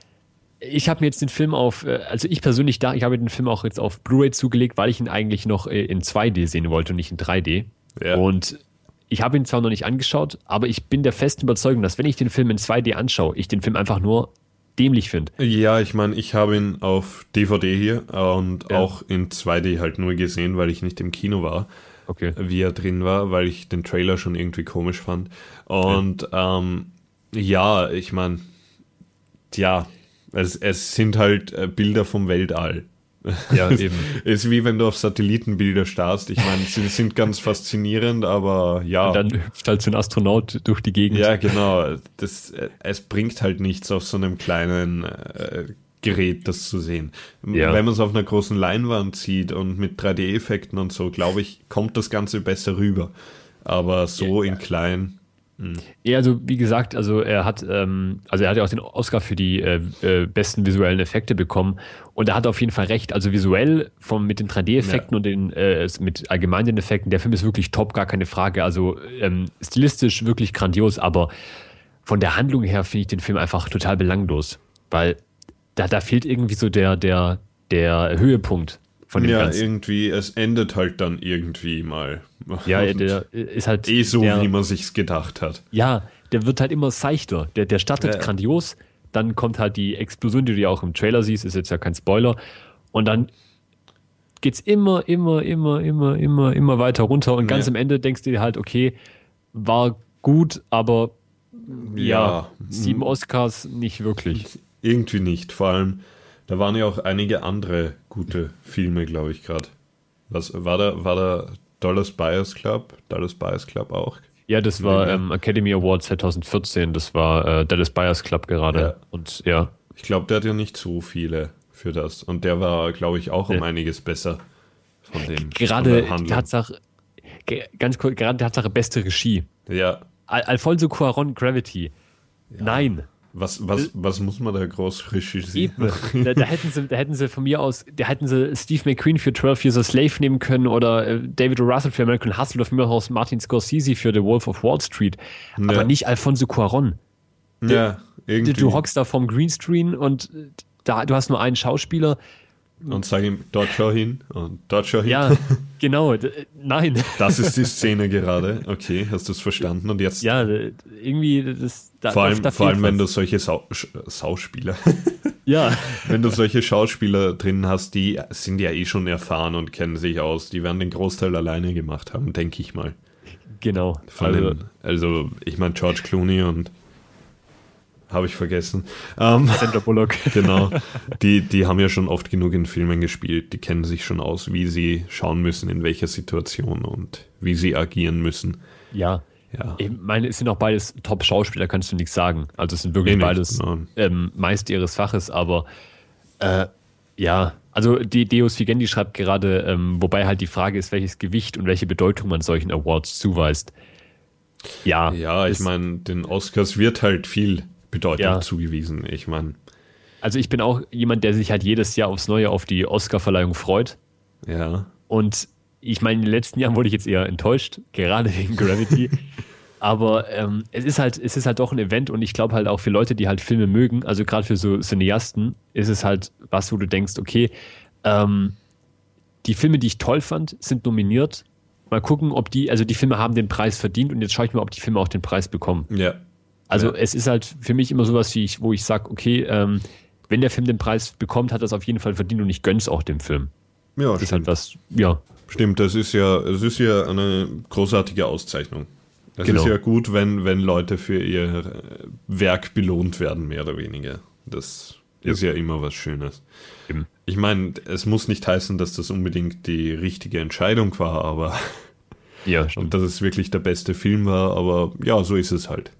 ich habe mir jetzt den Film auf, äh, also ich persönlich da, ich habe den Film auch jetzt auf Blu-ray zugelegt, weil ich ihn eigentlich noch äh, in zwei D sehen wollte und nicht in drei D. Ja. Und ich habe ihn zwar noch nicht angeschaut, aber ich bin der festen Überzeugung, dass wenn ich den Film in zwei D anschaue, ich den Film einfach nur dämlich finde. Ja, ich meine, ich habe ihn auf D V D hier und Ja. auch in zwei D halt nur gesehen, weil ich nicht im Kino war, Okay. wie er drin war, weil ich den Trailer schon irgendwie komisch fand. Und ähm, ja, ich meine, ja, es, es sind halt äh, Bilder vom Weltall. Ja, eben. Ist wie wenn du auf Satellitenbilder starrst. Ich meine, sie sind ganz faszinierend, aber ja. Und dann hüpft halt so ein Astronaut durch die Gegend. Ja, genau. Das, äh, es bringt halt nichts, auf so einem kleinen äh, Gerät das zu sehen. Ja. Wenn man es auf einer großen Leinwand sieht und mit drei D-Effekten und so, glaube ich, kommt das Ganze besser rüber. Aber so Ja, in klein. Ja, also wie gesagt, also er hat, ähm, also er hat ja auch den Oscar für die äh, äh, besten visuellen Effekte bekommen und er hat auf jeden Fall recht. Also visuell vom mit den drei D-Effekten Ja. und den äh, mit allgemeinen den Effekten, der Film ist wirklich top, gar keine Frage. Also ähm, stilistisch wirklich grandios, aber von der Handlung her finde ich den Film einfach total belanglos, weil da, da fehlt irgendwie so der der der Höhepunkt von dem Ja, Ganzen. irgendwie, es endet halt dann irgendwie mal. Ja, der ist halt eh so, der, wie man sich's gedacht hat. Ja, der wird halt immer seichter. Der, der startet Ja. grandios, dann kommt halt die Explosion, die du ja auch im Trailer siehst, ist jetzt ja kein Spoiler. Und dann geht's immer, immer, immer, immer, immer, immer weiter runter. Und ganz Ja. am Ende denkst du dir halt, okay, war gut, aber ja, Ja. sieben Oscars nicht wirklich. Irgendwie nicht. Vor allem, da waren ja auch einige andere gute Filme, glaube ich, gerade. Was war da, war da Dallas Buyers Club? Dallas Buyers Club auch? Ja, das war Ja. ähm, Academy Award zwanzig vierzehn, das war äh, Dallas Buyers Club gerade. Ja. Und ja, Ich glaube, der hat ja nicht so viele für das. Und der war, glaube ich, auch um Ja. einiges besser von dem. von gerade der die Handlung. Tatsache, ge- ganz kurz, gerade die Tatsache beste Regie. Ja. Al Alfonso Cuarón, Gravity. Nein. Was, was, was muss man da groß recherchieren? Eben. Da, da, hätten sie, da hätten sie von mir aus, da hätten sie Steve McQueen für zwölf Years a Slave nehmen können oder äh, David O. Russell für American Hustle oder von mir aus Martin Scorsese für The Wolf of Wall Street. Ja. Aber nicht Alfonso Cuarón. Ja, Du, irgendwie. du hockst da vom Greenscreen und äh, da, du hast nur einen Schauspieler. Und sag ihm, dort schau hin und dort schau hin. Ja, genau. d- äh, Nein. Das ist die Szene gerade. Okay, hast du es verstanden? Und jetzt Ja, äh, irgendwie, das, da, vor allem, da vor allem fehlt wenn du was. solche Sau Sch Schauspieler, Ja, wenn du solche Schauspieler drin hast, die sind ja eh schon erfahren und kennen sich aus. Die werden den Großteil alleine gemacht haben, denke ich mal. genau. Von Also, den, also ich meine George Clooney und habe ich vergessen. Ähm, Sandra Bullock. Genau. Die, die haben ja schon oft genug in Filmen gespielt. Die kennen sich schon aus, wie sie schauen müssen, in welcher Situation und wie sie agieren müssen. Ja. Ja. Ich meine, es sind auch beides Top-Schauspieler, kannst du nichts sagen. Also es sind wirklich Eh nicht, beides nein. ähm, Meister ihres Faches, aber äh, ja, also die Deus Vigendi schreibt gerade, ähm, wobei halt die Frage ist, welches Gewicht und welche Bedeutung man solchen Awards zuweist. Ja, Ja, ich es- meine, den Oscars wird halt viel Bedeutung Ja. zugewiesen. Ich meine, also ich bin auch jemand, der sich halt jedes Jahr aufs Neue auf die Oscar-Verleihung freut. ja. Und ich meine, in den letzten Jahren wurde ich jetzt eher enttäuscht, gerade wegen Gravity. Aber ähm, es ist halt, es ist halt doch ein Event und ich glaube halt auch für Leute, die halt Filme mögen, also gerade für so Cineasten, ist es halt was, wo du denkst, okay, ähm, die Filme, die ich toll fand, sind nominiert. Mal gucken, ob die, also die Filme haben den Preis verdient und jetzt schaue ich mal, ob die Filme auch den Preis bekommen. Ja. Also Ja. es ist halt für mich immer sowas, wie ich, wo ich sage, okay, ähm, wenn der Film den Preis bekommt, hat er es auf jeden Fall verdient und ich gönn's auch dem Film. Ja, Das ist stimmt. halt was, ja, Stimmt, das ist ja, es ist ja eine großartige Auszeichnung. Es Genau. ist ja gut, wenn, wenn Leute für ihr äh, Werk belohnt werden, mehr oder weniger. Das ist ja immer was Schönes. Eben. Ich meine, es muss nicht heißen, dass das unbedingt die richtige Entscheidung war, aber ja, stimmt. und dass es wirklich der beste Film war, aber ja, so ist es halt.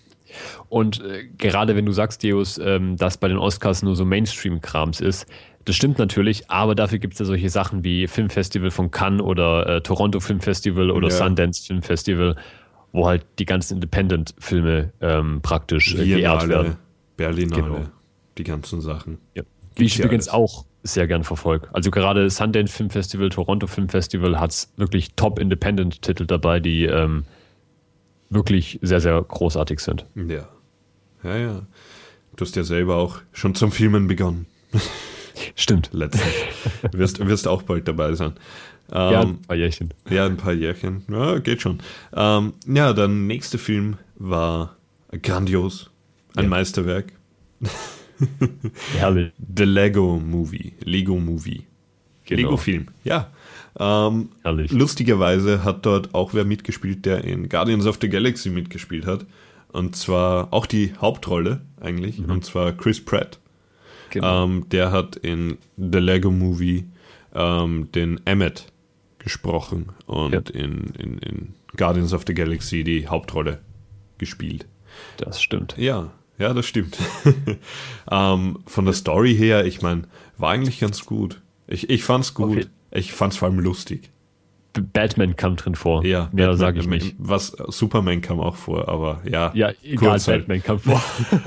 Und äh, gerade wenn du sagst, Deus, ähm, dass bei den Oscars nur so Mainstream-Krams ist, das stimmt natürlich, aber dafür gibt es ja solche Sachen wie Filmfestival von Cannes oder äh, Toronto Filmfestival oder Ja. Sundance Filmfestival, wo halt die ganzen Independent-Filme ähm, praktisch äh, geehrt werden. Berlinale, Genau. die ganzen Sachen. Ja. Die ich ja übrigens alles. auch sehr gern verfolge. Also gerade Sundance Film Festival, Toronto Film Festival hat wirklich Top-Independent-Titel dabei, die ähm, wirklich sehr, sehr großartig sind. Ja. Ja, ja. Du hast ja selber auch schon zum Filmen begonnen. Stimmt. Letztens. wirst, wirst auch bald dabei sein. Ja, Ähm, ein paar Jährchen. ja, ein paar Jährchen. Ja, geht schon. Ähm, ja, der nächste Film war grandios. Ein Ja. Meisterwerk. Herrlich. The Lego Movie. Lego Movie. Genau. Lego-Film, ja. Ähm, Herrlich. lustigerweise hat dort auch wer mitgespielt, der in Guardians of the Galaxy mitgespielt hat. Und zwar auch die Hauptrolle eigentlich. Mhm. Und zwar Chris Pratt. Genau. Ähm, der hat in The Lego Movie ähm, den Emmet gesprochen und Ja. in, in, in Guardians of the Galaxy die Hauptrolle gespielt. Das stimmt. Ja, ja, das stimmt. ähm, von der Story her, ich meine, war eigentlich ganz gut. Ich, ich fand's gut. Okay. Ich fand's vor allem lustig. B- Batman kam drin vor. Ja, Mehr Batman- sage ich nicht. Was, Superman kam auch vor, aber ja. Ja, egal, kurz halt. Batman kam vor.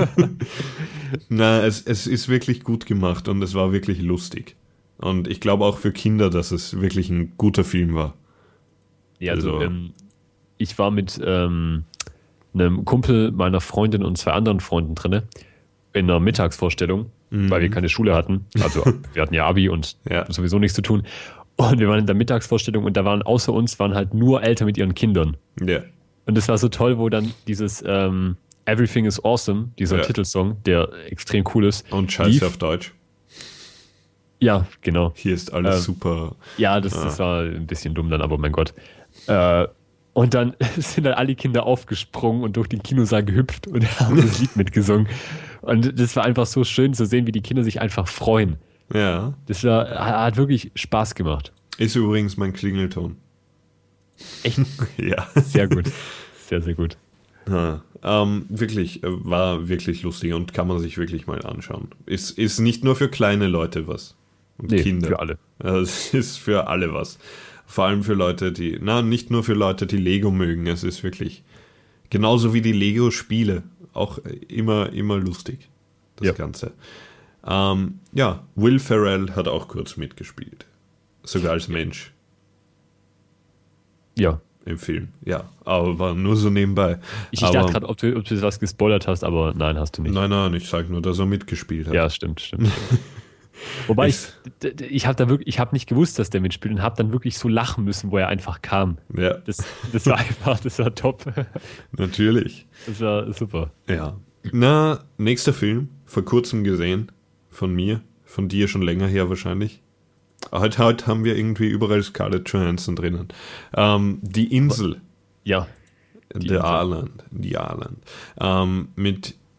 Na, es, es ist wirklich gut gemacht und es war wirklich lustig. Und ich glaube auch für Kinder, dass es wirklich ein guter Film war. Ja, also, Also- ähm, ich war mit ähm, einem Kumpel meiner Freundin und zwei anderen Freunden drinne in einer Mittagsvorstellung, weil wir keine Schule hatten. Also wir hatten ja Abi und Ja. sowieso nichts zu tun. Und wir waren in der Mittagsvorstellung und da waren außer uns waren halt nur Eltern mit ihren Kindern. Ja. Und das war so toll, wo dann dieses ähm, Everything is Awesome, dieser Ja. Titelsong, der extrem cool ist. Und Scheiße lief. auf Deutsch. Ja, genau. Hier ist alles Ähm, super. Ja, das, das war ein bisschen dumm dann, aber mein Gott. Äh, und dann sind dann alle Kinder aufgesprungen und durch den Kinosaal gehüpft und haben das Lied mitgesungen. Und das war einfach so schön zu sehen, wie die Kinder sich einfach freuen. Ja. Das war, hat wirklich Spaß gemacht. Ist übrigens mein Klingelton. Echt Ja. sehr gut. Sehr, sehr gut. Ja, ähm, wirklich, äh, war wirklich lustig und kann man sich wirklich mal anschauen. Ist, ist nicht nur für kleine Leute was. Und Nee, Kinder. für alle. Ja, es ist für alle was. Vor allem für Leute, die, na, nicht nur für Leute, die Lego mögen. Es ist wirklich genauso wie die Lego-Spiele. Auch äh, immer, immer lustig. Das Ja. Ganze. Ähm, ja, Will Ferrell hat auch kurz mitgespielt. Sogar als Mensch Ja. im Film. Ja, aber war nur so nebenbei. Ich, ich aber, dachte gerade, ob du, ob du was gespoilert hast, aber nein, hast du nicht. Nein, nein, ich sage nur, dass er mitgespielt hat. Ja, stimmt, stimmt. Wobei ich, Ich- d- d- ich habe da wirklich, ich habe nicht gewusst, dass der mitspielt und habe dann wirklich so lachen müssen, wo er einfach kam. Ja, Das, das war einfach, das war top. natürlich. Das war super. Ja. Na, nächster Film, vor kurzem gesehen, von mir, von dir schon länger her wahrscheinlich. Heute, heute haben wir irgendwie überall Scarlett Johansson drinnen. Ähm, die Insel, Ja, The Insel. Island, The Island. Ähm, mit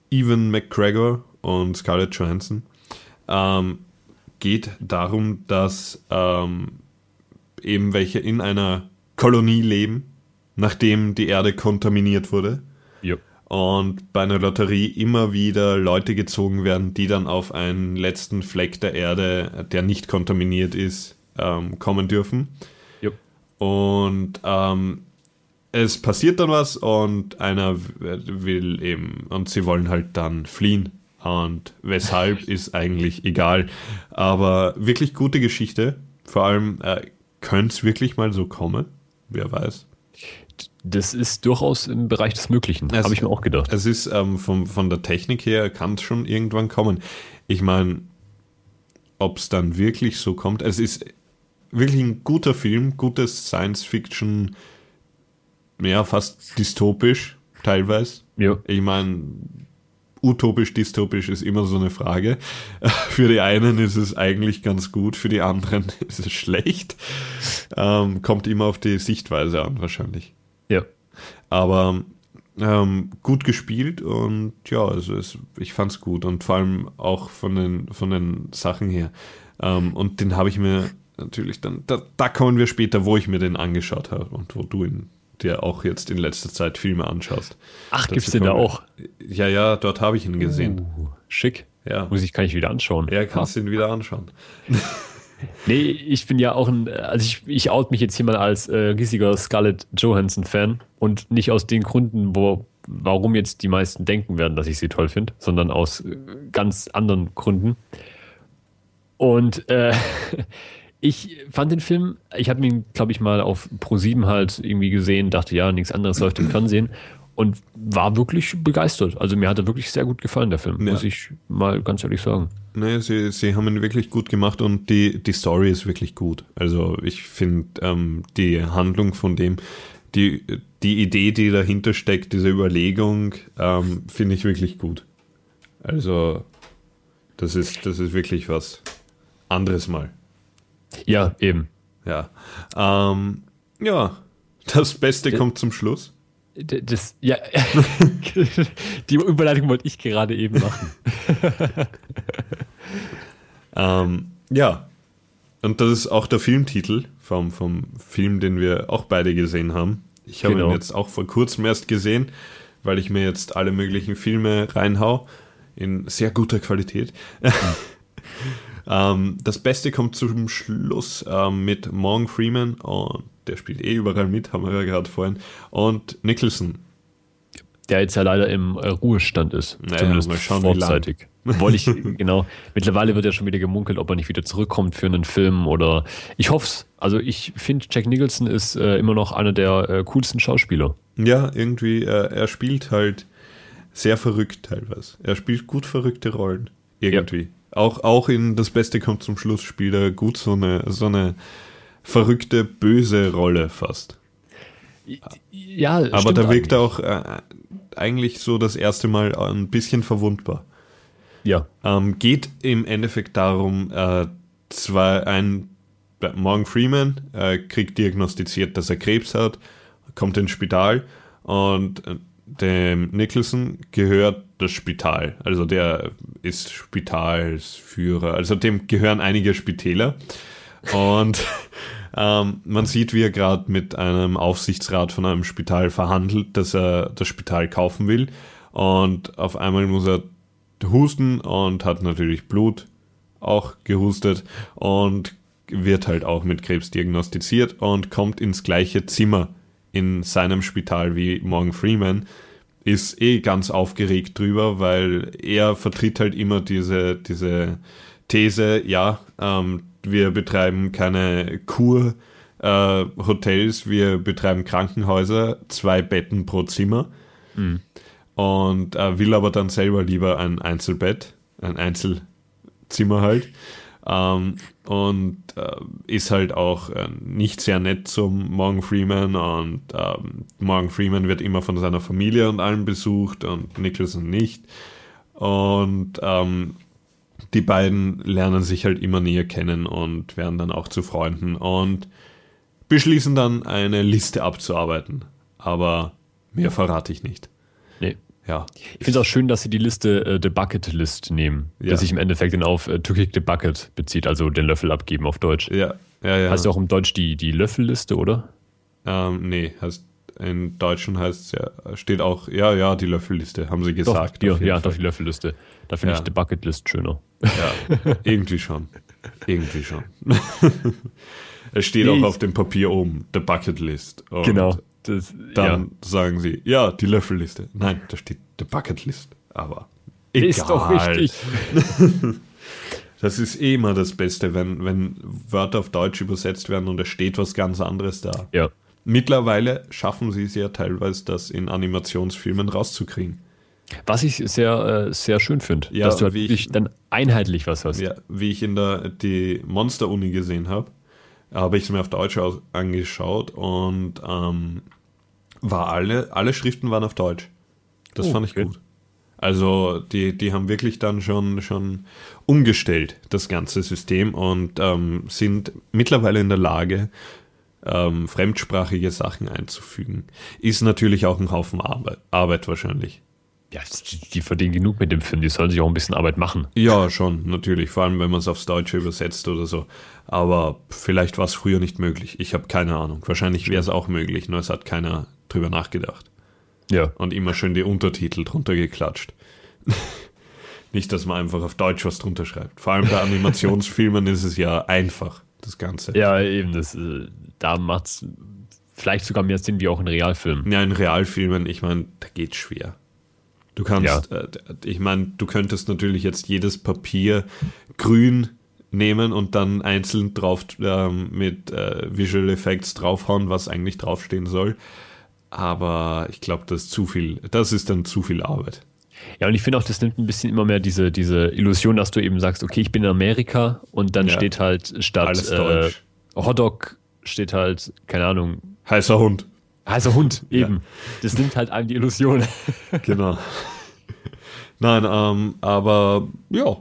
Ewan McGregor und Scarlett Johansson. Ähm, geht darum, dass ähm, eben welche in einer Kolonie leben, nachdem die Erde kontaminiert wurde. Ja. Und bei einer Lotterie immer wieder Leute gezogen werden, die dann auf einen letzten Fleck der Erde, der nicht kontaminiert ist, ähm, kommen dürfen. Ja. Und ähm, es passiert dann was und einer will eben, und sie wollen halt dann fliehen. Und weshalb ist eigentlich egal. Aber wirklich gute Geschichte. Vor allem äh, könnte es wirklich mal so kommen. Wer weiß. Das ist durchaus im Bereich des Möglichen, habe ich mir auch gedacht. Es ist ähm, vom, von der Technik her, kann es schon irgendwann kommen. Ich meine, ob es dann wirklich so kommt, es ist wirklich ein guter Film, gutes Science-Fiction, ja, fast dystopisch teilweise. Ja. Ich meine, utopisch, dystopisch ist immer so eine Frage. Für die einen ist es eigentlich ganz gut, für die anderen ist es schlecht. Ähm, kommt immer auf die Sichtweise an, wahrscheinlich. Ja. Aber ähm, gut gespielt und ja, also es, ich fand's gut und vor allem auch von den, von den Sachen her. Ähm, und den habe ich mir natürlich dann, da, da kommen wir später, wo ich mir den angeschaut habe und wo du ihn dir auch jetzt in letzter Zeit Filme anschaust. Ach, gibt's den da auch? Ja, ja, dort habe ich ihn gesehen. Uh, schick. Ja. Muss ich, kann ich wieder anschauen. Ja, kannst du ihn wieder anschauen. Nee, ich bin ja auch ein, also ich, ich out mich jetzt hier mal als äh, riesiger Scarlett Johansson-Fan und nicht aus den Gründen, wo, warum jetzt die meisten denken werden, dass ich sie toll finde, sondern aus äh, ganz anderen Gründen. Und äh, ich fand den Film, ich habe ihn, glaube ich, mal auf Pro sieben halt irgendwie gesehen, dachte, ja, nichts anderes läuft im Fernsehen und war wirklich begeistert. Also mir hat er wirklich sehr gut gefallen, der Film, ja. Muss ich mal ganz ehrlich sagen. Nee, sie, sie haben ihn wirklich gut gemacht und die, die Story ist wirklich gut. Also ich finde ähm, die Handlung von dem, die, die Idee, die dahinter steckt, diese Überlegung, ähm, finde ich wirklich gut. Also das ist, das ist wirklich was anderes mal. Ja, eben. Ja, ähm, ja, das Beste das, kommt zum Schluss. Das, ja, die Überleitung wollte ich gerade eben machen. ähm, ja, und das ist auch der Filmtitel vom, vom Film, den wir auch beide gesehen haben. Ich habe genau. ihn jetzt auch vor kurzem erst gesehen, weil ich mir jetzt alle möglichen Filme reinhau in sehr guter Qualität. ähm, das Beste kommt zum Schluss ähm, mit Morgan Freeman und der spielt eh überall mit, haben wir ja gerade vorhin. Und Nicholson. Der jetzt ja leider im äh, Ruhestand ist. Naja, zumindest mal schauen, vorzeitig. Wollte ich, genau. Mittlerweile wird ja schon wieder gemunkelt, ob er nicht wieder zurückkommt für einen Film oder. Ich hoffe es. Also ich finde, Jack Nicholson ist äh, immer noch einer der äh, coolsten Schauspieler. Ja, irgendwie, äh, er spielt halt sehr verrückt teilweise. Er spielt gut verrückte Rollen. Irgendwie. Ja. Auch, auch in Das Beste kommt zum Schluss spielt er gut so eine, so eine verrückte, böse Rolle fast. Ja, aber da wirkt er auch äh, eigentlich so das erste Mal ein bisschen verwundbar. Ja. Ähm, geht im Endeffekt darum, äh, zwei, ein Morgan Freeman äh, kriegt diagnostiziert, dass er Krebs hat, kommt ins Spital und äh, dem Nicholson gehört das Spital. Also der ist Spitalsführer. Also dem gehören einige Spitäler. Und ähm, man sieht, wie er gerade mit einem Aufsichtsrat von einem Spital verhandelt, dass er das Spital kaufen will. Und auf einmal muss er husten und hat natürlich Blut auch gehustet und wird halt auch mit Krebs diagnostiziert und kommt ins gleiche Zimmer in seinem Spital wie Morgan Freeman. Ist eh ganz aufgeregt drüber, weil er vertritt halt immer diese, diese These, ja, ähm, wir betreiben keine Kur-Hotels, äh, wir betreiben Krankenhäuser, zwei Betten pro Zimmer. Mhm. Und äh, will aber dann selber lieber ein Einzelbett, ein Einzelzimmer halt. Ähm, und äh, ist halt auch äh, nicht sehr nett zum Morgan Freeman. Und ähm, Morgan Freeman wird immer von seiner Familie und allem besucht und Nicholson nicht. Und ähm, die beiden lernen sich halt immer näher kennen und werden dann auch zu Freunden und beschließen dann eine Liste abzuarbeiten. Aber mehr verrate ich nicht. Nee. Ja. Ich finde es auch schön, dass sie die Liste äh, The Bucket List nehmen, Ja. dass sich im Endeffekt dann auf äh, To Kick the Bucket bezieht, also den Löffel abgeben auf Deutsch. Ja, ja, ja. Heißt auch im Deutsch die, die Löffelliste, oder? Ähm, nee, heißt, in Deutschen heißt es ja, steht auch, ja, ja, die Löffelliste, haben sie gesagt. Doch, auf ja, jeden ja, Fall. doch die Löffelliste. Da finde Ja. ich die Bucket List schöner. Ja, irgendwie schon. Irgendwie schon. Es steht Nee, auch ich- auf dem Papier oben, the Bucket List. Und Genau. Das, Dann ja. sagen sie, ja, die Löffelliste. Nein, da steht the Bucket List. Aber egal. Ist doch richtig. Das ist eh immer das Beste, wenn, wenn Wörter auf Deutsch übersetzt werden und es steht was ganz anderes da. Ja. Mittlerweile schaffen sie es ja teilweise, das in Animationsfilmen rauszukriegen. Was ich sehr, äh, sehr schön finde, Ja, dass du halt wie ich- wirklich dann einheitlich was hast. Ja, wie ich in der die Monster-Uni gesehen habe, habe ich es mir auf Deutsch aus, angeschaut und ähm, war alle, alle Schriften waren auf Deutsch. Das Oh, fand ich okay. gut. Also die, die haben wirklich dann schon, schon umgestellt, das ganze System, und ähm, sind mittlerweile in der Lage, ähm, fremdsprachige Sachen einzufügen. Ist natürlich auch ein Haufen Arbeit, Arbeit wahrscheinlich. Ja, die, die verdienen genug mit dem Film, die sollen sich auch ein bisschen Arbeit machen. Ja, schon, natürlich. Vor allem, wenn man es aufs Deutsche übersetzt oder so. Aber vielleicht war es früher nicht möglich. Ich habe keine Ahnung. Wahrscheinlich wäre es auch möglich, nur es hat keiner drüber nachgedacht. Ja. Und immer schön die Untertitel drunter geklatscht. Nicht, dass man einfach auf Deutsch was drunter schreibt. Vor allem bei Animationsfilmen ist es ja einfach, das Ganze. Ja, eben, das, äh, da macht es vielleicht sogar mehr Sinn wie auch in Realfilmen. Ja, in Realfilmen, ich meine, da geht's schwer. Du kannst, äh, ich meine, du könntest natürlich jetzt jedes Papier grün nehmen und dann einzeln drauf ähm, mit äh, Visual Effects draufhauen, was eigentlich draufstehen soll. Aber ich glaube, das ist zu viel, das ist dann zu viel Arbeit. Ja, und ich finde auch, das nimmt ein bisschen immer mehr diese, diese Illusion, dass du eben sagst, okay, ich bin in Amerika und dann Ja. steht halt statt Alles äh, Deutsch. Hotdog steht halt, keine Ahnung, Heißer Hund. heißer Hund, Ja. eben. Das nimmt halt einem die Illusion. Genau. Nein, ähm, aber ja,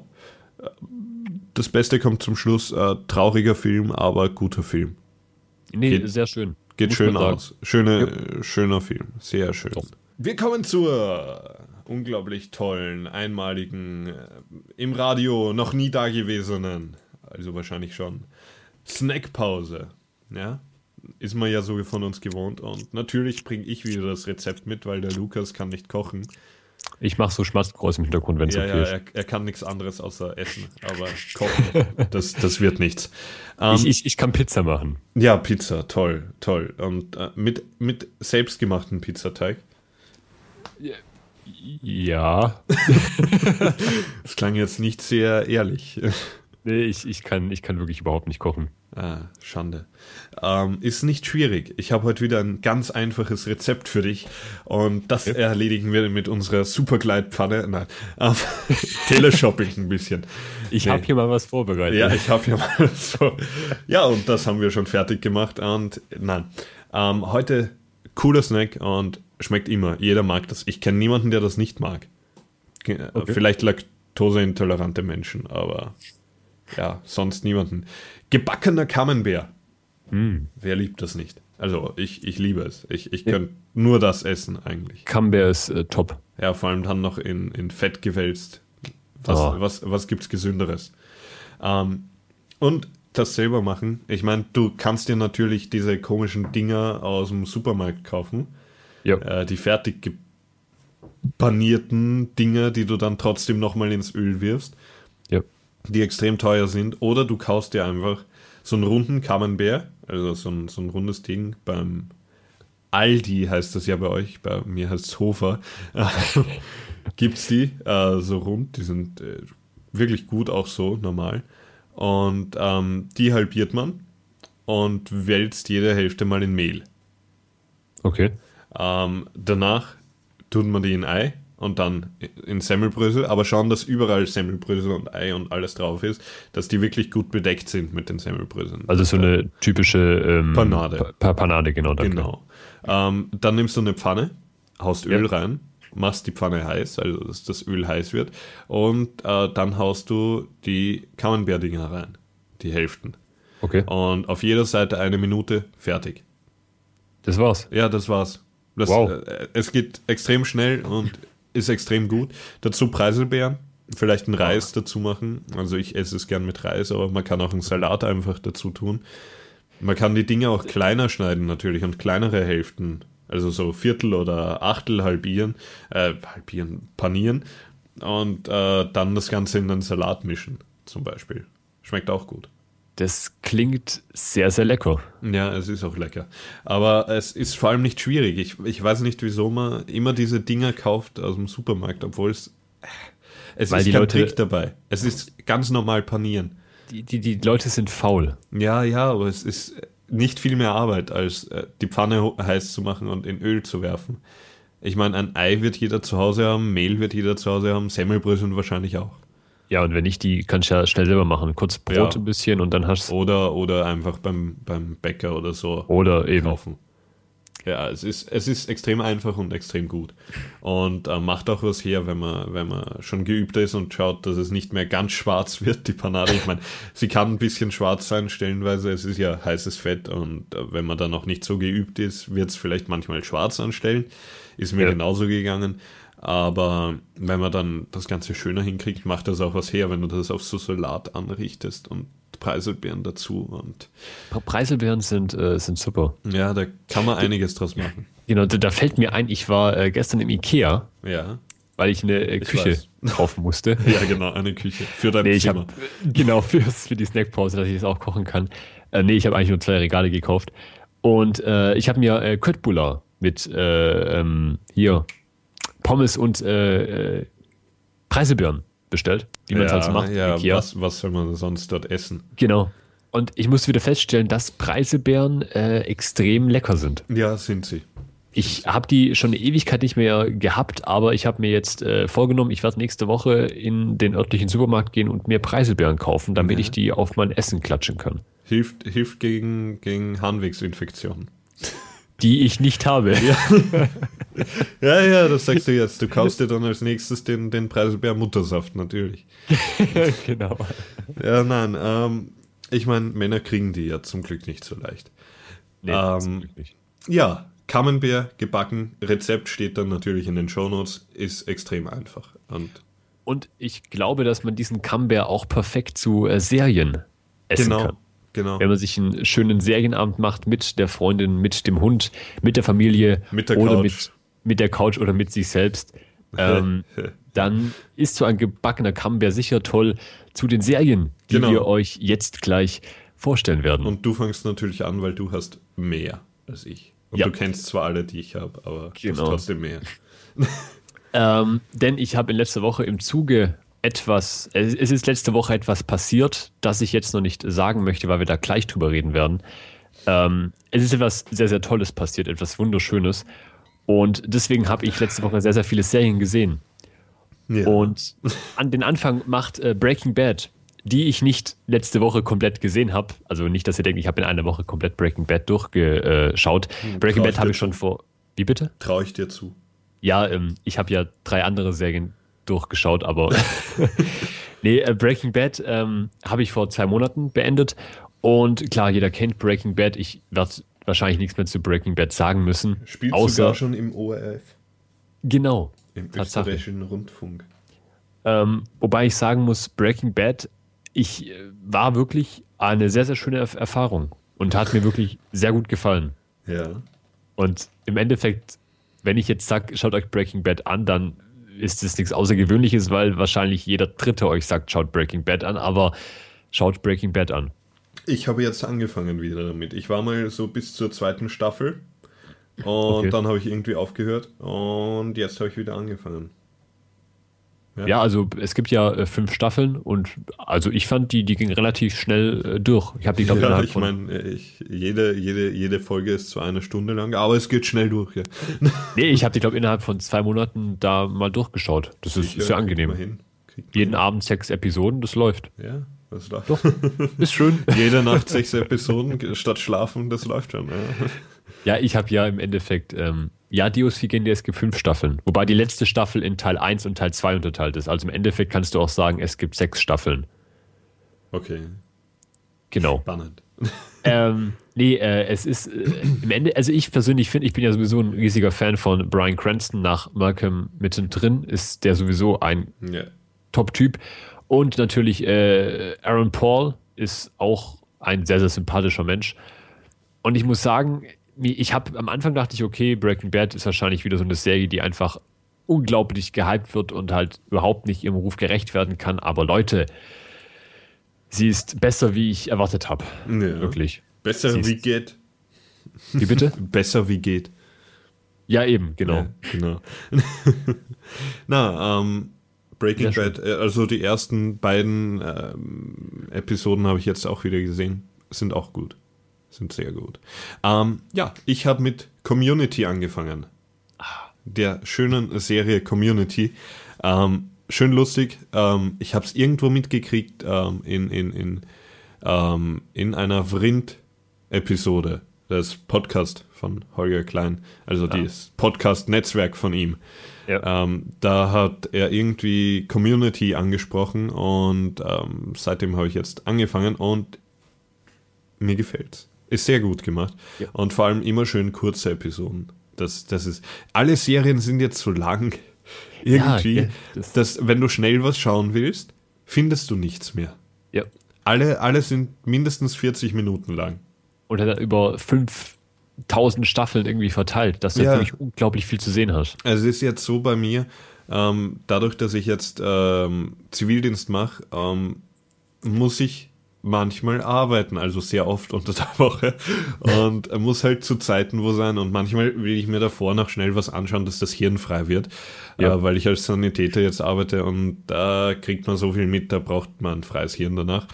das Beste kommt zum Schluss. Äh, trauriger Film, aber guter Film. Nee, Geht- sehr schön. Geht Muss schön man sagen. aus. Schöne, äh, schöner Film. Sehr schön. Doch. Wir kommen zur unglaublich tollen, einmaligen, äh, im Radio noch nie dagewesenen, also wahrscheinlich schon, Snackpause. Ja? Ist man ja so von uns gewohnt. Und natürlich bringe ich wieder das Rezept mit, weil der Lukas kann nicht kochen. Ich mache so Schmatzkreuz im Hintergrund, wenn es Ja, okay ja, ist. er, er kann nichts anderes außer essen, aber kochen, das, das wird nichts. Ähm, Ich, ich, ich kann Pizza machen. ja, Pizza, toll, toll. Und äh, mit, mit selbstgemachten Pizzateig. Ja. Das klang jetzt nicht sehr ehrlich. Nee, ich, ich, kann, ich kann wirklich überhaupt nicht kochen. Ah, Schande. Ähm, ist nicht schwierig. Ich habe heute wieder ein ganz einfaches Rezept für dich. Und das Ja. erledigen wir mit unserer Supergleitpfanne. Nein, ähm, Teleshopping ein bisschen. Ich Nee. habe hier mal was vorbereitet. Ja, ich habe ja mal so. Ja, und das haben wir schon fertig gemacht. Und nein, ähm, heute cooler Snack und schmeckt immer. Jeder mag das. Ich kenne niemanden, der das nicht mag. Ge- Okay. Vielleicht laktoseintolerante Menschen, aber ja, sonst niemanden. Gebackener Camembert. Mm. Wer liebt das nicht? Also ich, ich liebe es. Ich, ich könnte nur das essen eigentlich. Camembert ist äh, top. Ja, vor allem dann noch in, in Fett gewälzt. Was, Oh. was, was gibt's Gesünderes? Ähm, und das selber machen. Ich meine, du kannst dir natürlich diese komischen Dinger aus dem Supermarkt kaufen. Ja. Äh, die fertig panierten Dinger, die du dann trotzdem nochmal ins Öl wirfst, Ja. die extrem teuer sind. Oder du kaufst dir einfach so einen runden Camembert, also so ein, so ein rundes Ding beim Aldi heißt das ja bei euch, bei mir heißt es Hofer. Gibt's die äh, so rund, die sind äh, wirklich gut, auch so normal. Und ähm, die halbiert man und wälzt jede Hälfte mal in Mehl. Okay. Ähm, danach tut man die in Ei und dann in Semmelbrösel, aber schauen, dass überall Semmelbrösel und Ei und alles drauf ist, dass die wirklich gut bedeckt sind mit den Semmelbröseln. Also so eine typische ähm, Panade. Pa Pa- Panade, genau. Danke. Genau. Ähm, dann nimmst du eine Pfanne, haust Ja. Öl rein, machst die Pfanne heiß, also dass das Öl heiß wird, und äh, dann haust du die Camembert-Dinger rein, die Hälften. Okay. Und auf jeder Seite eine Minute, fertig. Das war's. Ja, das war's. Das, Wow. äh, es geht extrem schnell und ist extrem gut. Dazu Preiselbeeren, vielleicht einen Reis dazu machen. Also ich esse es gern mit Reis, aber man kann auch einen Salat einfach dazu tun. Man kann die Dinge auch kleiner schneiden natürlich und kleinere Hälften, also so Viertel oder Achtel halbieren, äh, halbieren, panieren und äh, dann das Ganze in einen Salat mischen zum Beispiel. Schmeckt auch gut. Das klingt sehr, sehr lecker. Ja, es ist auch lecker. Aber es ist vor allem nicht schwierig. Ich, ich weiß nicht, wieso man immer diese Dinger kauft aus dem Supermarkt, obwohl es, es Weil ist die kein Leute- Trick dabei. Es ist ganz normal panieren. Die, die, die Leute sind faul. Ja, ja, aber es ist nicht viel mehr Arbeit, als äh, die Pfanne ho- heiß zu machen und in Öl zu werfen. Ich meine, ein Ei wird jeder zu Hause haben, Mehl wird jeder zu Hause haben, Semmelbröseln wahrscheinlich auch. Ja, und wenn nicht, die kannst du ja schnell selber machen. Kurz Brot Ja. ein bisschen und dann hast du. Oder, oder einfach beim, beim Bäcker oder so Oder eben. kaufen. Ja, es ist, es ist extrem einfach und extrem gut. Und äh, macht auch was her, wenn man, wenn man schon geübt ist und schaut, dass es nicht mehr ganz schwarz wird, die Panade. Ich meine, sie kann ein bisschen schwarz sein, stellenweise. Es ist ja heißes Fett und äh, wenn man dann noch nicht so geübt ist, wird es vielleicht manchmal schwarz anstellen. Ist mir Ja. genauso gegangen. Aber wenn man dann das Ganze schöner hinkriegt, macht das auch was her, wenn du das auf so Salat anrichtest und Preiselbeeren dazu. Und Preiselbeeren sind, äh, sind super. ja, da kann man einiges draus machen. Genau, da, da fällt mir ein, ich war äh, gestern im Ikea, Ja. weil ich eine äh, Küche kaufen musste. Ja, genau, eine Küche für dein Nee, ich Zimmer. habe genau fürs, für die Snackpause, dass ich das auch kochen kann. Äh, nee, ich habe eigentlich nur zwei Regale gekauft. Und äh, ich habe mir äh, Köttbullar mit äh, ähm, hier Pommes und äh, äh, Preiselbeeren bestellt, wie man es ja, halt so macht. im ja, Ikea. was, was soll man sonst dort essen? Genau. Und ich musste wieder feststellen, dass Preiselbeeren äh, extrem lecker sind. Ja, sind sie. Ich habe die schon eine Ewigkeit nicht mehr gehabt, aber ich habe mir jetzt äh, vorgenommen, ich werde nächste Woche in den örtlichen Supermarkt gehen und mir Preiselbeeren kaufen, damit Ja. ich die auf mein Essen klatschen kann. Hilft, hilft gegen, gegen Harnwegsinfektionen. Die ich nicht habe. Ja, ja, das sagst du jetzt. Du kaufst dir dann als nächstes den, den Preiselbeer-Muttersaft, natürlich. Genau. Ja, nein, ähm, ich meine, Männer kriegen die ja zum Glück nicht so leicht. Nee, Ähm, zum Glück nicht. Ja, Camembert gebacken, Rezept steht dann natürlich in den Shownotes, ist extrem einfach. Und Und ich glaube, dass man diesen Camembert auch perfekt zu äh, Serien essen genau, kann. genau. Wenn man sich einen schönen Serienabend macht mit der Freundin, mit dem Hund, mit der Familie Mit der oder Couch. mit, mit der Couch oder mit sich selbst, ähm, dann ist so ein gebackener Camembert sicher toll zu den Serien, die Genau. wir euch jetzt gleich vorstellen werden. Und du fängst natürlich an, weil du hast mehr als ich. Und Ja. du kennst zwar alle, die ich habe, aber du Genau. hast trotzdem mehr. Ähm, denn ich habe in letzter Woche im Zuge etwas, es es ist letzte Woche etwas passiert, das ich jetzt noch nicht sagen möchte, weil wir da gleich drüber reden werden. Ähm, es ist etwas sehr, sehr Tolles passiert, etwas Wunderschönes. Und deswegen habe ich letzte Woche sehr, sehr viele Serien gesehen. Ja. Und an den Anfang macht äh, Breaking Bad, die ich nicht letzte Woche komplett gesehen habe. Also nicht, dass ihr denkt, ich habe in einer Woche komplett Breaking Bad durchgeschaut. Breaking trau ich Bad habe dir ich schon vor. Wie bitte? Traue ich dir zu. Ja, ähm, ich habe ja drei andere Serien durchgeschaut, aber nee, äh, Breaking Bad ähm, habe ich vor zwei Monaten beendet. Und klar, jeder kennt Breaking Bad. Ich werde wahrscheinlich nichts mehr zu Breaking Bad sagen müssen. Spielt außer, sogar schon im O R F, Genau. im Tatsache. österreichischen Rundfunk. Ähm, wobei ich sagen muss, Breaking Bad, ich äh, war wirklich eine sehr, sehr schöne Erf- Erfahrung und hat mir wirklich sehr gut gefallen. Ja. Und im Endeffekt, wenn ich jetzt sage, schaut euch Breaking Bad an, dann ist es nichts Außergewöhnliches, weil wahrscheinlich jeder Dritte euch sagt, schaut Breaking Bad an, aber schaut Breaking Bad an. Ich habe jetzt angefangen wieder damit. Ich war mal so bis zur zweiten Staffel und Okay. dann habe ich irgendwie aufgehört und jetzt habe ich wieder angefangen. Ja. Ja, also es gibt ja äh, fünf Staffeln und also ich fand, die, die ging relativ schnell äh, durch. Ich habe die, glaube ich, Ja, innerhalb ich von... meine, ich, jede, jede, jede Folge ist zwar eine Stunde lang, aber es geht schnell durch. Ja. Nee, ich habe die, glaube ich, innerhalb von zwei Monaten da mal durchgeschaut. Das ist Sicher, sehr kriegt angenehm. man hin. Kriegt man Jeden Abend sechs Episoden, das läuft. hin. Ja, das läuft. Doch. Ist schön. Jede Nacht sechs Episoden statt schlafen, das läuft schon. Ja. Ja, ich habe ja im Endeffekt, ähm, ja, Dios Figen, es gibt fünf Staffeln. Wobei die letzte Staffel in Teil eins und Teil zwei unterteilt ist. Also im Endeffekt kannst du auch sagen, es gibt sechs Staffeln. Okay, Genau. spannend. ähm, nee, äh, es ist äh, im Ende, also ich persönlich finde, ich bin ja sowieso ein riesiger Fan von Bryan Cranston. Nach Malcolm mittendrin ist der sowieso ein Ja. Top-Typ. Und natürlich äh, Aaron Paul ist auch ein sehr, sehr sympathischer Mensch. Und ich muss sagen, ich habe am Anfang dachte ich, okay, Breaking Bad ist wahrscheinlich wieder so eine Serie, die einfach unglaublich gehypt wird und halt überhaupt nicht ihrem Ruf gerecht werden kann. Aber Leute, sie ist besser, wie ich erwartet habe. Ja. Wirklich. Besser Sie wie ist- geht. Wie bitte? Besser wie geht. Ja, eben, genau. Ja, genau. Na, ähm, Breaking Sehr Bad, äh, also die ersten beiden ähm, Episoden habe ich jetzt auch wieder gesehen. Sind auch gut. Sind sehr gut. Ähm, ja, ich habe mit Community angefangen. Der schönen Serie Community. Ähm, schön lustig. Ähm, ich habe es irgendwo mitgekriegt ähm, in, in, in, ähm, in einer Vrind-Episode. Das Podcast von Holger Klein. Also Ah. das Podcast-Netzwerk von ihm. Ja. Ähm, da hat er irgendwie Community angesprochen und ähm, seitdem habe ich jetzt angefangen und mir gefällt's. Ist sehr gut gemacht Ja. und vor allem immer schön kurze Episoden. Das, das ist, alle Serien sind jetzt so lang irgendwie, Ja, ja, das- dass wenn du schnell was schauen willst, findest du nichts mehr. Ja. Alle, alle sind mindestens vierzig Minuten lang. Und dann über fünftausend Staffeln irgendwie verteilt, dass du Ja. wirklich unglaublich viel zu sehen hast. Also es ist jetzt so bei mir, ähm, dadurch, dass ich jetzt ähm, Zivildienst mache, ähm, muss ich manchmal arbeiten, also sehr oft unter der Woche und äh, muss halt zu Zeiten wo sein und manchmal will ich mir davor noch schnell was anschauen, dass das Hirn frei wird, Ja. äh, weil ich als Sanitäter jetzt arbeite und da kriegt man so viel mit, da braucht man ein freies Hirn danach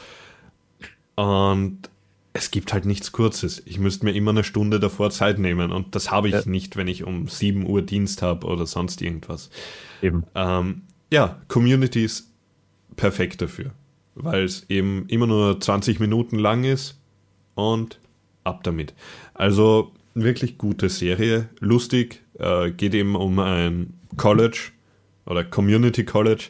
und es gibt halt nichts Kurzes. Ich müsste mir immer eine Stunde davor Zeit nehmen und das habe ich Ja. nicht, wenn ich um sieben Uhr Dienst habe oder sonst irgendwas. Eben. Ähm, ja, Community ist perfekt dafür, weil es eben immer nur zwanzig Minuten lang ist und ab damit. Also wirklich gute Serie, lustig, äh, geht eben um ein College oder Community College,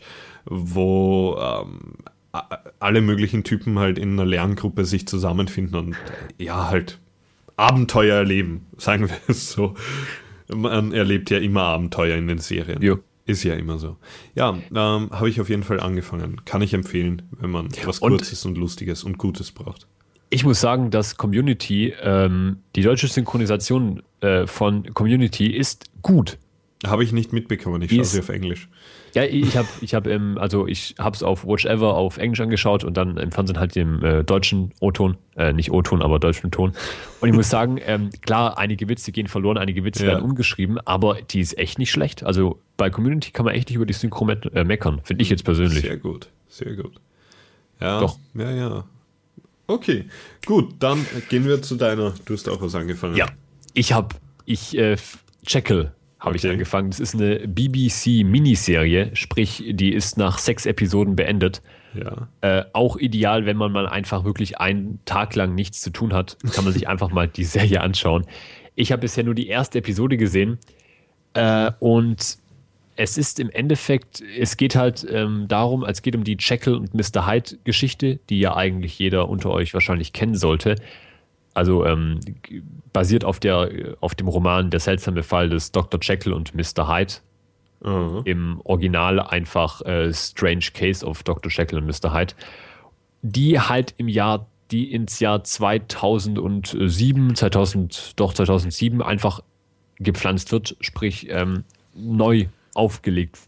wo ähm, a- alle möglichen Typen halt in einer Lerngruppe sich zusammenfinden und äh, ja, halt Abenteuer erleben, sagen wir es so. Man erlebt ja immer Abenteuer in den Serien. Jo. Ist ja immer so. Ja, ähm, habe ich auf jeden Fall angefangen. Kann ich empfehlen, wenn man was Und- Kurzes und Lustiges und Gutes braucht. Ich muss sagen, dass Community, ähm, die deutsche Synchronisation äh, von Community ist gut. Habe ich nicht mitbekommen, ich Die schaue ist- sie auf Englisch. Ja, ich habe, ich hab, ähm, also ich habe es auf Watch Ever auf Englisch angeschaut und dann im Fernsehen halt dem äh, deutschen O-Ton, äh, nicht O-Ton, aber deutschen Ton. Und ich muss sagen, ähm, klar, einige Witze gehen verloren, einige Witze Ja. werden umgeschrieben, aber die ist echt nicht schlecht. Also bei Community kann man echt nicht über die Synchro me äh, meckern, finde ich jetzt persönlich. Sehr gut, sehr gut. Ja, Doch. ja, ja. Okay, gut, dann gehen wir zu deiner. Du hast auch was angefangen. Ja, ich habe, ich, äh, Jekyll habe ich Okay. angefangen. Das ist eine B B C-Miniserie, sprich, die ist nach sechs Episoden beendet. Ja. Äh, auch ideal, wenn man mal einfach wirklich einen Tag lang nichts zu tun hat, kann man sich einfach mal die Serie anschauen. Ich habe bisher nur die erste Episode gesehen äh, und es ist im Endeffekt, es geht halt ähm, darum, es geht um die Jekyll und Mister Hyde Geschichte, die ja eigentlich jeder unter euch wahrscheinlich kennen sollte. Also ähm, g- basiert auf, der, auf dem Roman Der seltsame Fall des Doktor Jekyll und Mister Hyde. Aha. Im Original einfach äh, Strange Case of Doktor Jekyll und Mister Hyde. Die halt im Jahr, die ins Jahr zweitausendsieben, zweitausend, doch zweitausendsieben einfach gepflanzt wird, sprich ähm, neu aufgelegt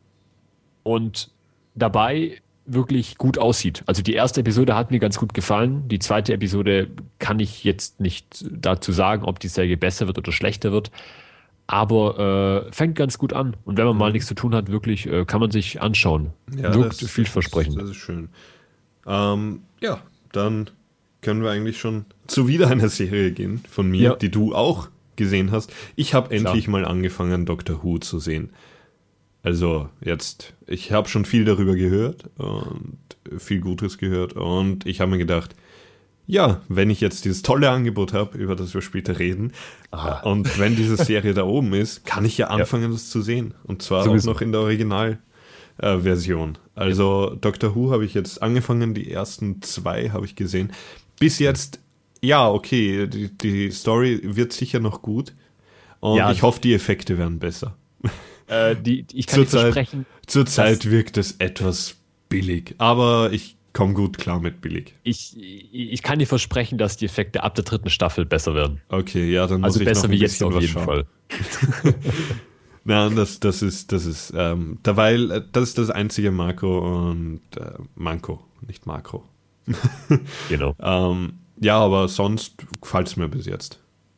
und dabei wirklich gut aussieht. Also die erste Episode hat mir ganz gut gefallen. Die zweite Episode kann ich jetzt nicht dazu sagen, ob die Serie besser wird oder schlechter wird. Aber äh, fängt ganz gut an. Und wenn man mal nichts zu tun hat, wirklich äh, kann man sich anschauen. Ja, Wirkt das- vielversprechend. Das ist schön. Ähm, ja, dann können wir eigentlich schon zu wieder einer Serie gehen von mir, Ja. die du auch gesehen hast. Ich habe endlich mal angefangen, Doctor Who zu sehen. Also jetzt, ich habe schon viel darüber gehört und viel Gutes gehört und ich habe mir gedacht, ja, wenn ich jetzt dieses tolle Angebot habe, über das wir später reden, Ah. und wenn diese Serie da oben ist, kann ich ja anfangen, das zu sehen. Und zwar Sowieso. auch noch in der Originalversion. Also Doctor Who habe ich jetzt angefangen, die ersten zwei habe ich gesehen. Bis jetzt ja, okay, die, die Story wird sicher noch gut. Und Ja. ich hoffe, die Effekte werden besser. Äh, die, ich kann nicht Zurzeit, versprechen, zurzeit wirkt es etwas billig, aber ich komme gut klar mit billig. ich, ich kann dir versprechen, dass die Effekte ab der dritten Staffel besser werden. Okay, ja, dann muss Also ich besser noch ein wie jetzt bisschen auf was jeden schauen. Fall. Nein, das, das ist, das ist, ähm, derweil, äh, das ist das einzige Makro und äh, Manko, nicht Makro. Genau. Ähm, ja, aber sonst gefällt es mir bis jetzt.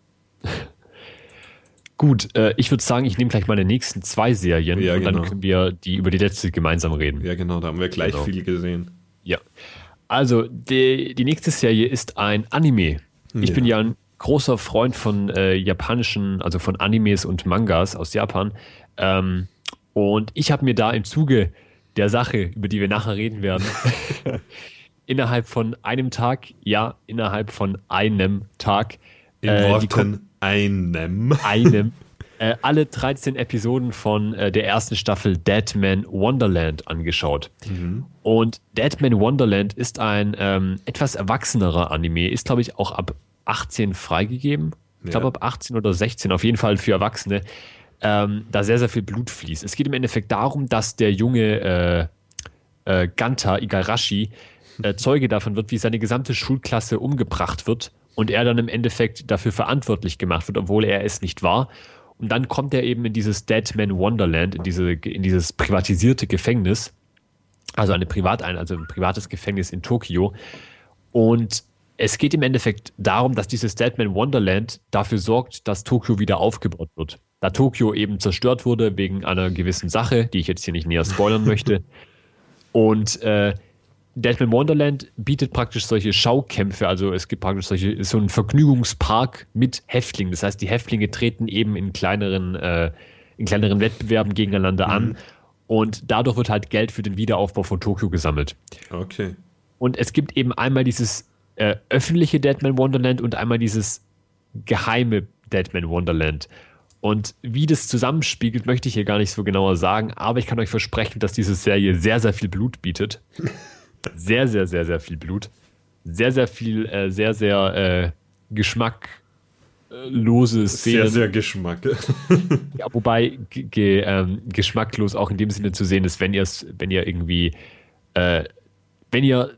Gut, äh, ich würde sagen, ich nehme gleich meine nächsten zwei Serien Ja, und dann genau. können wir die über die letzte gemeinsam reden. Ja, genau, da haben wir gleich Genau. viel gesehen. Ja. Also, die, die nächste Serie ist ein Anime. Ich Ja. bin ja ein großer Freund von äh, japanischen, also von Animes und Mangas aus Japan. Ähm, und ich habe mir da im Zuge der Sache, über die wir nachher reden werden, innerhalb von einem Tag, ja, innerhalb von einem Tag, In äh, die Worten einem. einem äh, alle dreizehn Episoden von äh, der ersten Staffel Deadman Wonderland angeschaut. Und Deadman Wonderland ist ein ähm, etwas erwachsenerer Anime, ist glaube ich auch ab achtzehn freigegeben. Ich glaube Ja. ab achtzehn oder sechzehn, auf jeden Fall für Erwachsene, ähm, da sehr, sehr viel Blut fließt. Es geht im Endeffekt darum, dass der junge äh, äh, Ganta Igarashi äh, Zeuge davon wird, wie seine gesamte Schulklasse umgebracht wird und er dann im Endeffekt dafür verantwortlich gemacht wird, obwohl er es nicht war. Und dann kommt er eben in dieses Deadman Wonderland, in, diese, in dieses privatisierte Gefängnis, also eine Privatein, also ein privates Gefängnis in Tokio. Und es geht im Endeffekt darum, dass dieses Deadman Wonderland dafür sorgt, dass Tokio wieder aufgebaut wird. Da Tokio eben zerstört wurde wegen einer gewissen Sache, die ich jetzt hier nicht näher spoilern möchte. Und äh, Deadman Wonderland bietet praktisch solche Schaukämpfe, also es gibt praktisch solche, so einen Vergnügungspark mit Häftlingen. Das heißt, die Häftlinge treten eben in kleineren, äh, in kleineren Wettbewerben gegeneinander an und dadurch wird halt Geld für den Wiederaufbau von Tokio gesammelt. Okay. Und es gibt eben einmal dieses äh, öffentliche Deadman Wonderland und einmal dieses geheime Deadman Wonderland. Und wie das zusammenspiegelt, möchte ich hier gar nicht so genauer sagen, aber ich kann euch versprechen, dass diese Serie sehr, sehr viel Blut bietet. Sehr, sehr, sehr, sehr viel Blut. Sehr, sehr viel, äh, sehr, sehr äh, geschmacklose Szenen. Sehr, sehr Geschmack. Ja, wobei ge ge ähm, geschmacklos auch in dem Sinne zu sehen ist, wenn ihr es, wenn ihr irgendwie, äh, wenn ihr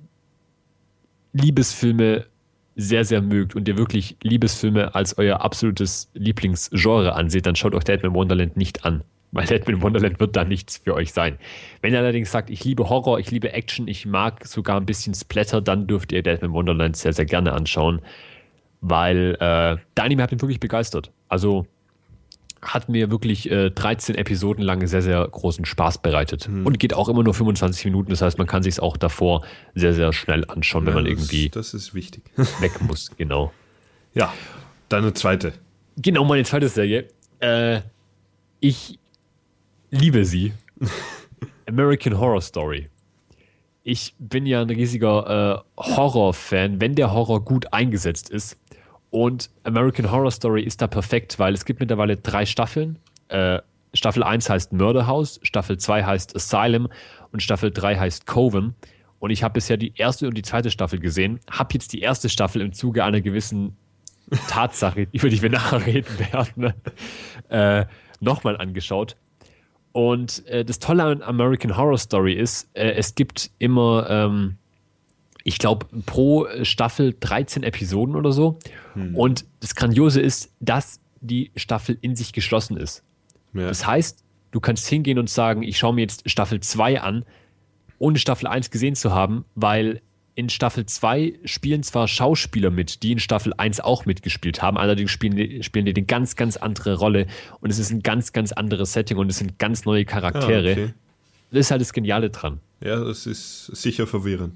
Liebesfilme sehr, sehr mögt und ihr wirklich Liebesfilme als euer absolutes Lieblingsgenre anseht, dann schaut euch Deadman Wonderland nicht an. Weil Deadman Wonderland wird da nichts für euch sein. Wenn ihr allerdings sagt, ich liebe Horror, ich liebe Action, ich mag sogar ein bisschen Splatter, dann dürft ihr Deadman Wonderland sehr, sehr gerne anschauen. Weil äh, der Anime hat mich wirklich begeistert. Also hat mir wirklich äh, dreizehn Episoden lang sehr, sehr großen Spaß bereitet. Hm. Und geht auch immer nur fünfundzwanzig Minuten. Das heißt, man kann sich auch davor sehr, sehr schnell anschauen, wenn man Ja, irgendwie Das, das ist wichtig. weg muss. Genau. Ja, deine zweite. Genau, meine zweite Serie. Äh, ich liebe sie. American Horror Story. Ich bin ja ein riesiger äh, Horror-Fan, wenn der Horror gut eingesetzt ist. Und American Horror Story ist da perfekt, weil es gibt mittlerweile drei Staffeln. Äh, Staffel eins heißt Murder House, Staffel zwei heißt Asylum und Staffel drei heißt Coven. Und ich habe bisher die erste und die zweite Staffel gesehen, habe jetzt die erste Staffel im Zuge einer gewissen Tatsache, über die wir nachher reden werden, äh, nochmal angeschaut. Und äh, das Tolle an American Horror Story ist, äh, es gibt immer, ähm, ich glaube, pro Staffel dreizehn Episoden oder so. Hm. Und das Grandiose ist, dass die Staffel in sich geschlossen ist. Ja. Das heißt, du kannst hingehen und sagen, ich schaue mir jetzt Staffel zwei an, ohne Staffel eins gesehen zu haben, weil in Staffel zwei spielen zwar Schauspieler mit, die in Staffel eins auch mitgespielt haben, allerdings spielen die, spielen die eine ganz, ganz andere Rolle und es ist ein ganz, ganz anderes Setting und es sind ganz neue Charaktere. Ah, okay. Das ist halt das Geniale dran. Ja, das ist sicher verwirrend.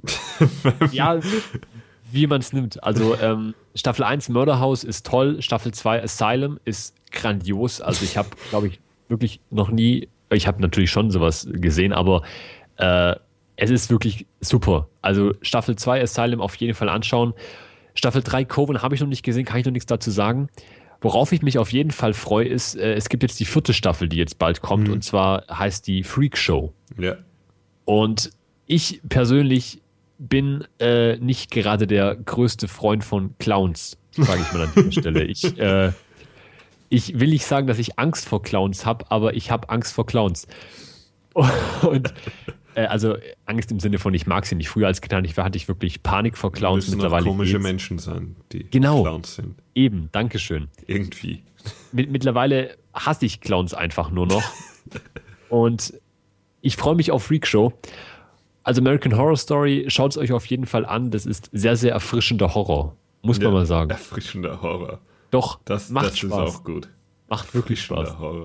Ja, wie man es nimmt. Also ähm, Staffel eins Murder House ist toll, Staffel zwei Asylum ist grandios. Also ich habe, glaube ich, wirklich noch nie, ich habe natürlich schon sowas gesehen, aber äh, es ist wirklich super. Also Staffel zwei Asylum auf jeden Fall anschauen. Staffel drei Coven habe ich noch nicht gesehen, kann ich noch nichts dazu sagen. Worauf ich mich auf jeden Fall freue, ist, äh, es gibt jetzt die vierte Staffel, die jetzt bald kommt, mhm. und zwar heißt die Freak Show. Ja. Und ich persönlich bin äh, nicht gerade der größte Freund von Clowns, sage ich mal an dieser Stelle. Ich, äh, ich will nicht sagen, dass ich Angst vor Clowns habe, aber ich habe Angst vor Clowns. Und äh, also Angst im Sinne von, ich mag sie nicht. Früher als Kind hatte ich wirklich Panik vor Clowns. Müssen Mittlerweile komische geht's. Menschen sein, die Genau. Clowns sind. Eben, dankeschön. Irgendwie. Mittlerweile hasse ich Clowns einfach nur noch. Und ich freue mich auf Freakshow. Also American Horror Story, schaut es euch auf jeden Fall an. Das ist sehr, sehr erfrischender Horror. Muss man Ja, mal sagen. Erfrischender Horror. Doch, Das, macht das Spaß. ist auch gut. Macht wirklich Spaß. Horror.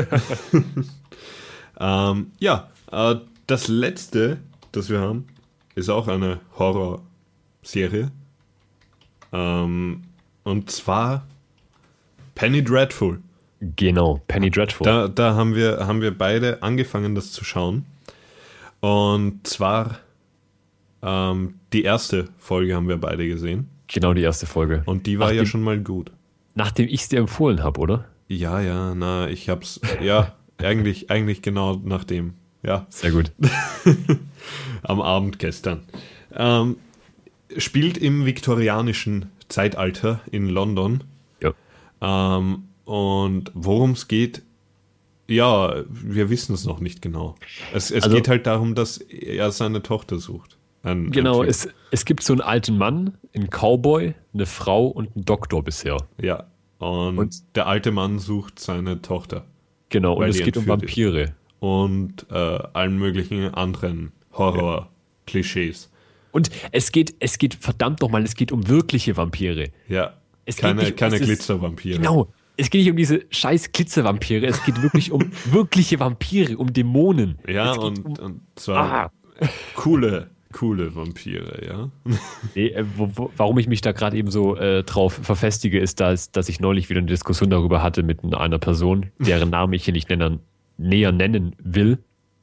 ähm, ja, äh, das letzte, das wir haben, ist auch eine Horrorserie. Ähm, und zwar Penny Dreadful. Genau, Penny Dreadful. Da, da haben wir, haben wir beide angefangen, das zu schauen. Und zwar ähm, die erste Folge haben wir beide gesehen. Genau, die erste Folge. Und die war Nachdem- ja schon mal gut. Nachdem ich es dir empfohlen habe, oder? Ja, ja, na, ich hab's, ja, eigentlich, eigentlich genau nach dem, ja, Sehr gut. am Abend gestern. Ähm, spielt im viktorianischen Zeitalter in London. Ja. Ähm, und worum es geht, ja, wir wissen es noch nicht genau. Es, es Also- geht halt darum, dass er seine Tochter sucht. Ein, Genau, ein Typ. es, es gibt so einen alten Mann, einen Cowboy, eine Frau und einen Doktor bisher. Ja, und, Und- der alte Mann sucht seine Tochter. Genau, und Weil es die geht um entführt ist. Vampire. Und äh, allen möglichen anderen Horror-Klischees. Und es geht, es geht, verdammt nochmal, es geht um wirkliche Vampire. Ja, Es geht keine, nicht- keine es ist- Glitzervampire. Genau. Es geht nicht um diese scheiß Glitzervampire, es geht wirklich um wirkliche Vampire, um Dämonen. Ja, es geht und, um, und zwar ah, coole, coole Vampire, ja. nee, äh, wo, wo, warum ich mich da gerade eben so äh, drauf verfestige, ist, dass, dass ich neulich wieder eine Diskussion darüber hatte mit einer Person, deren Namen ich hier nicht nennen, näher nennen will.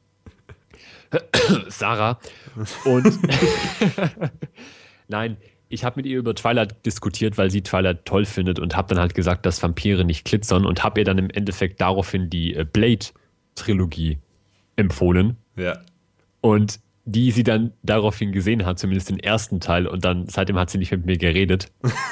Sarah. Und nein, ich habe mit ihr über Twilight diskutiert, weil sie Twilight toll findet und habe dann halt gesagt, dass Vampire nicht glitzern und habe ihr dann im Endeffekt daraufhin die äh, Blade-Trilogie empfohlen. Ja, Und die sie dann daraufhin gesehen hat, zumindest den ersten Teil, und dann seitdem hat sie nicht mit mir geredet.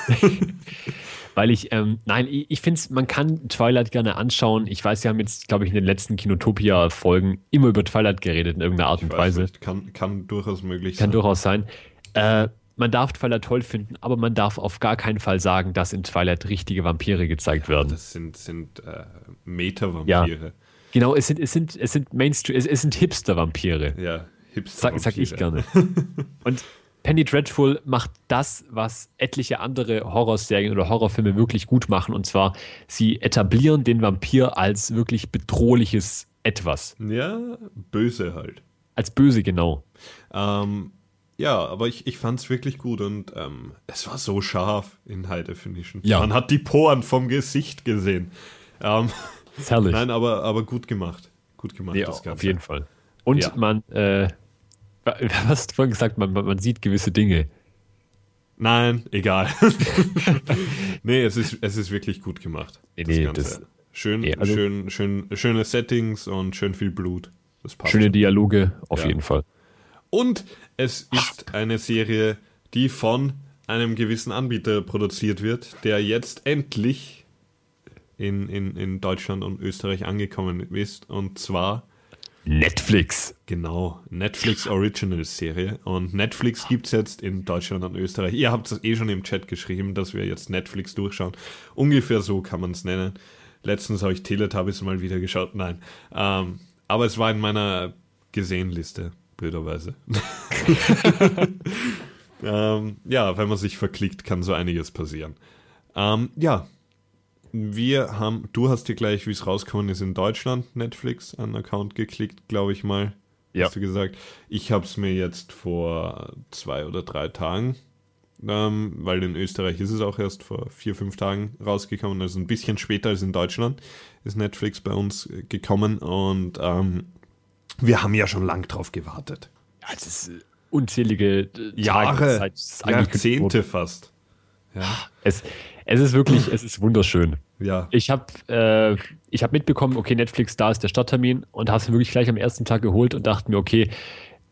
Weil ich, ähm, nein, ich, ich finde es, man kann Twilight gerne anschauen. Ich weiß, sie haben jetzt, glaube ich, in den letzten Kinotopia-Folgen immer über Twilight geredet in irgendeiner Art ich und weiß Weise. nicht, kann, kann durchaus möglich Kann sein. durchaus sein. Äh, man darf Twilight toll finden, aber man darf auf gar keinen Fall sagen, dass in Twilight richtige Vampire gezeigt werden. Das sind, sind äh, Meta-Vampire. Genau, es sind, es sind, es sind Mainstream, es, es sind Hipster-Vampire. Ja, Hipster-Vampire. Sag, sag ich gerne. Und Penny Dreadful macht das, was etliche andere Horrorserien oder Horrorfilme wirklich gut machen. Und zwar, sie etablieren den Vampir als wirklich bedrohliches Etwas. Ja, böse halt. Als böse, genau. Ähm, ja, aber ich, ich fand es wirklich gut und ähm, es war so scharf in High Definition. Ja. Man hat die Poren vom Gesicht gesehen. Ähm, Das ist herrlich. nein, aber, aber gut gemacht. Gut gemacht, Nee, das Ganze. auf jeden Fall. Und Ja. man, äh, was hast du vorhin gesagt, man, man, man sieht gewisse Dinge. Nein, egal. nee, es ist, es ist wirklich gut gemacht. Nee, das nee, Ganze. das- schön, nee, also- schön, schön, schöne Settings und schön viel Blut. Das passt. Schöne Dialoge, auf Ja. jeden Fall. Und es ist eine Serie, die von einem gewissen Anbieter produziert wird, der jetzt endlich in, in, in Deutschland und Österreich angekommen ist. Und zwar, Netflix. genau, Netflix Originals Serie. Und Netflix gibt es jetzt in Deutschland und Österreich. Ihr habt es eh schon im Chat geschrieben, dass wir jetzt Netflix durchschauen. Ungefähr so kann man es nennen. Letztens habe ich Teletubbies mal wieder geschaut. Nein. Ähm, aber es war in meiner Gesehen-Liste, blöderweise. ähm, ja, wenn man sich verklickt, kann so einiges passieren. Ähm, ja, wir haben, du hast dir gleich, wie es rausgekommen ist, in Deutschland Netflix einen Account geklickt, glaube ich mal. Ja. Hast du gesagt. Ich habe es mir jetzt vor zwei oder drei Tagen, ähm, weil in Österreich ist es auch erst vor vier, fünf Tagen rausgekommen, also ein bisschen später als in Deutschland ist Netflix bei uns äh, gekommen und ähm, wir haben ja schon lang drauf gewartet. Ja, das ist äh, unzählige äh, Jahre, Tage, seit es angekündigt wurde. Jahrzehnte fast. Ja, Es, es ist wirklich, es ist wunderschön. ja. Ich habe äh, ich hab mitbekommen, okay, Netflix, da ist der Starttermin und habe es mir wirklich gleich am ersten Tag geholt und dachte mir, okay,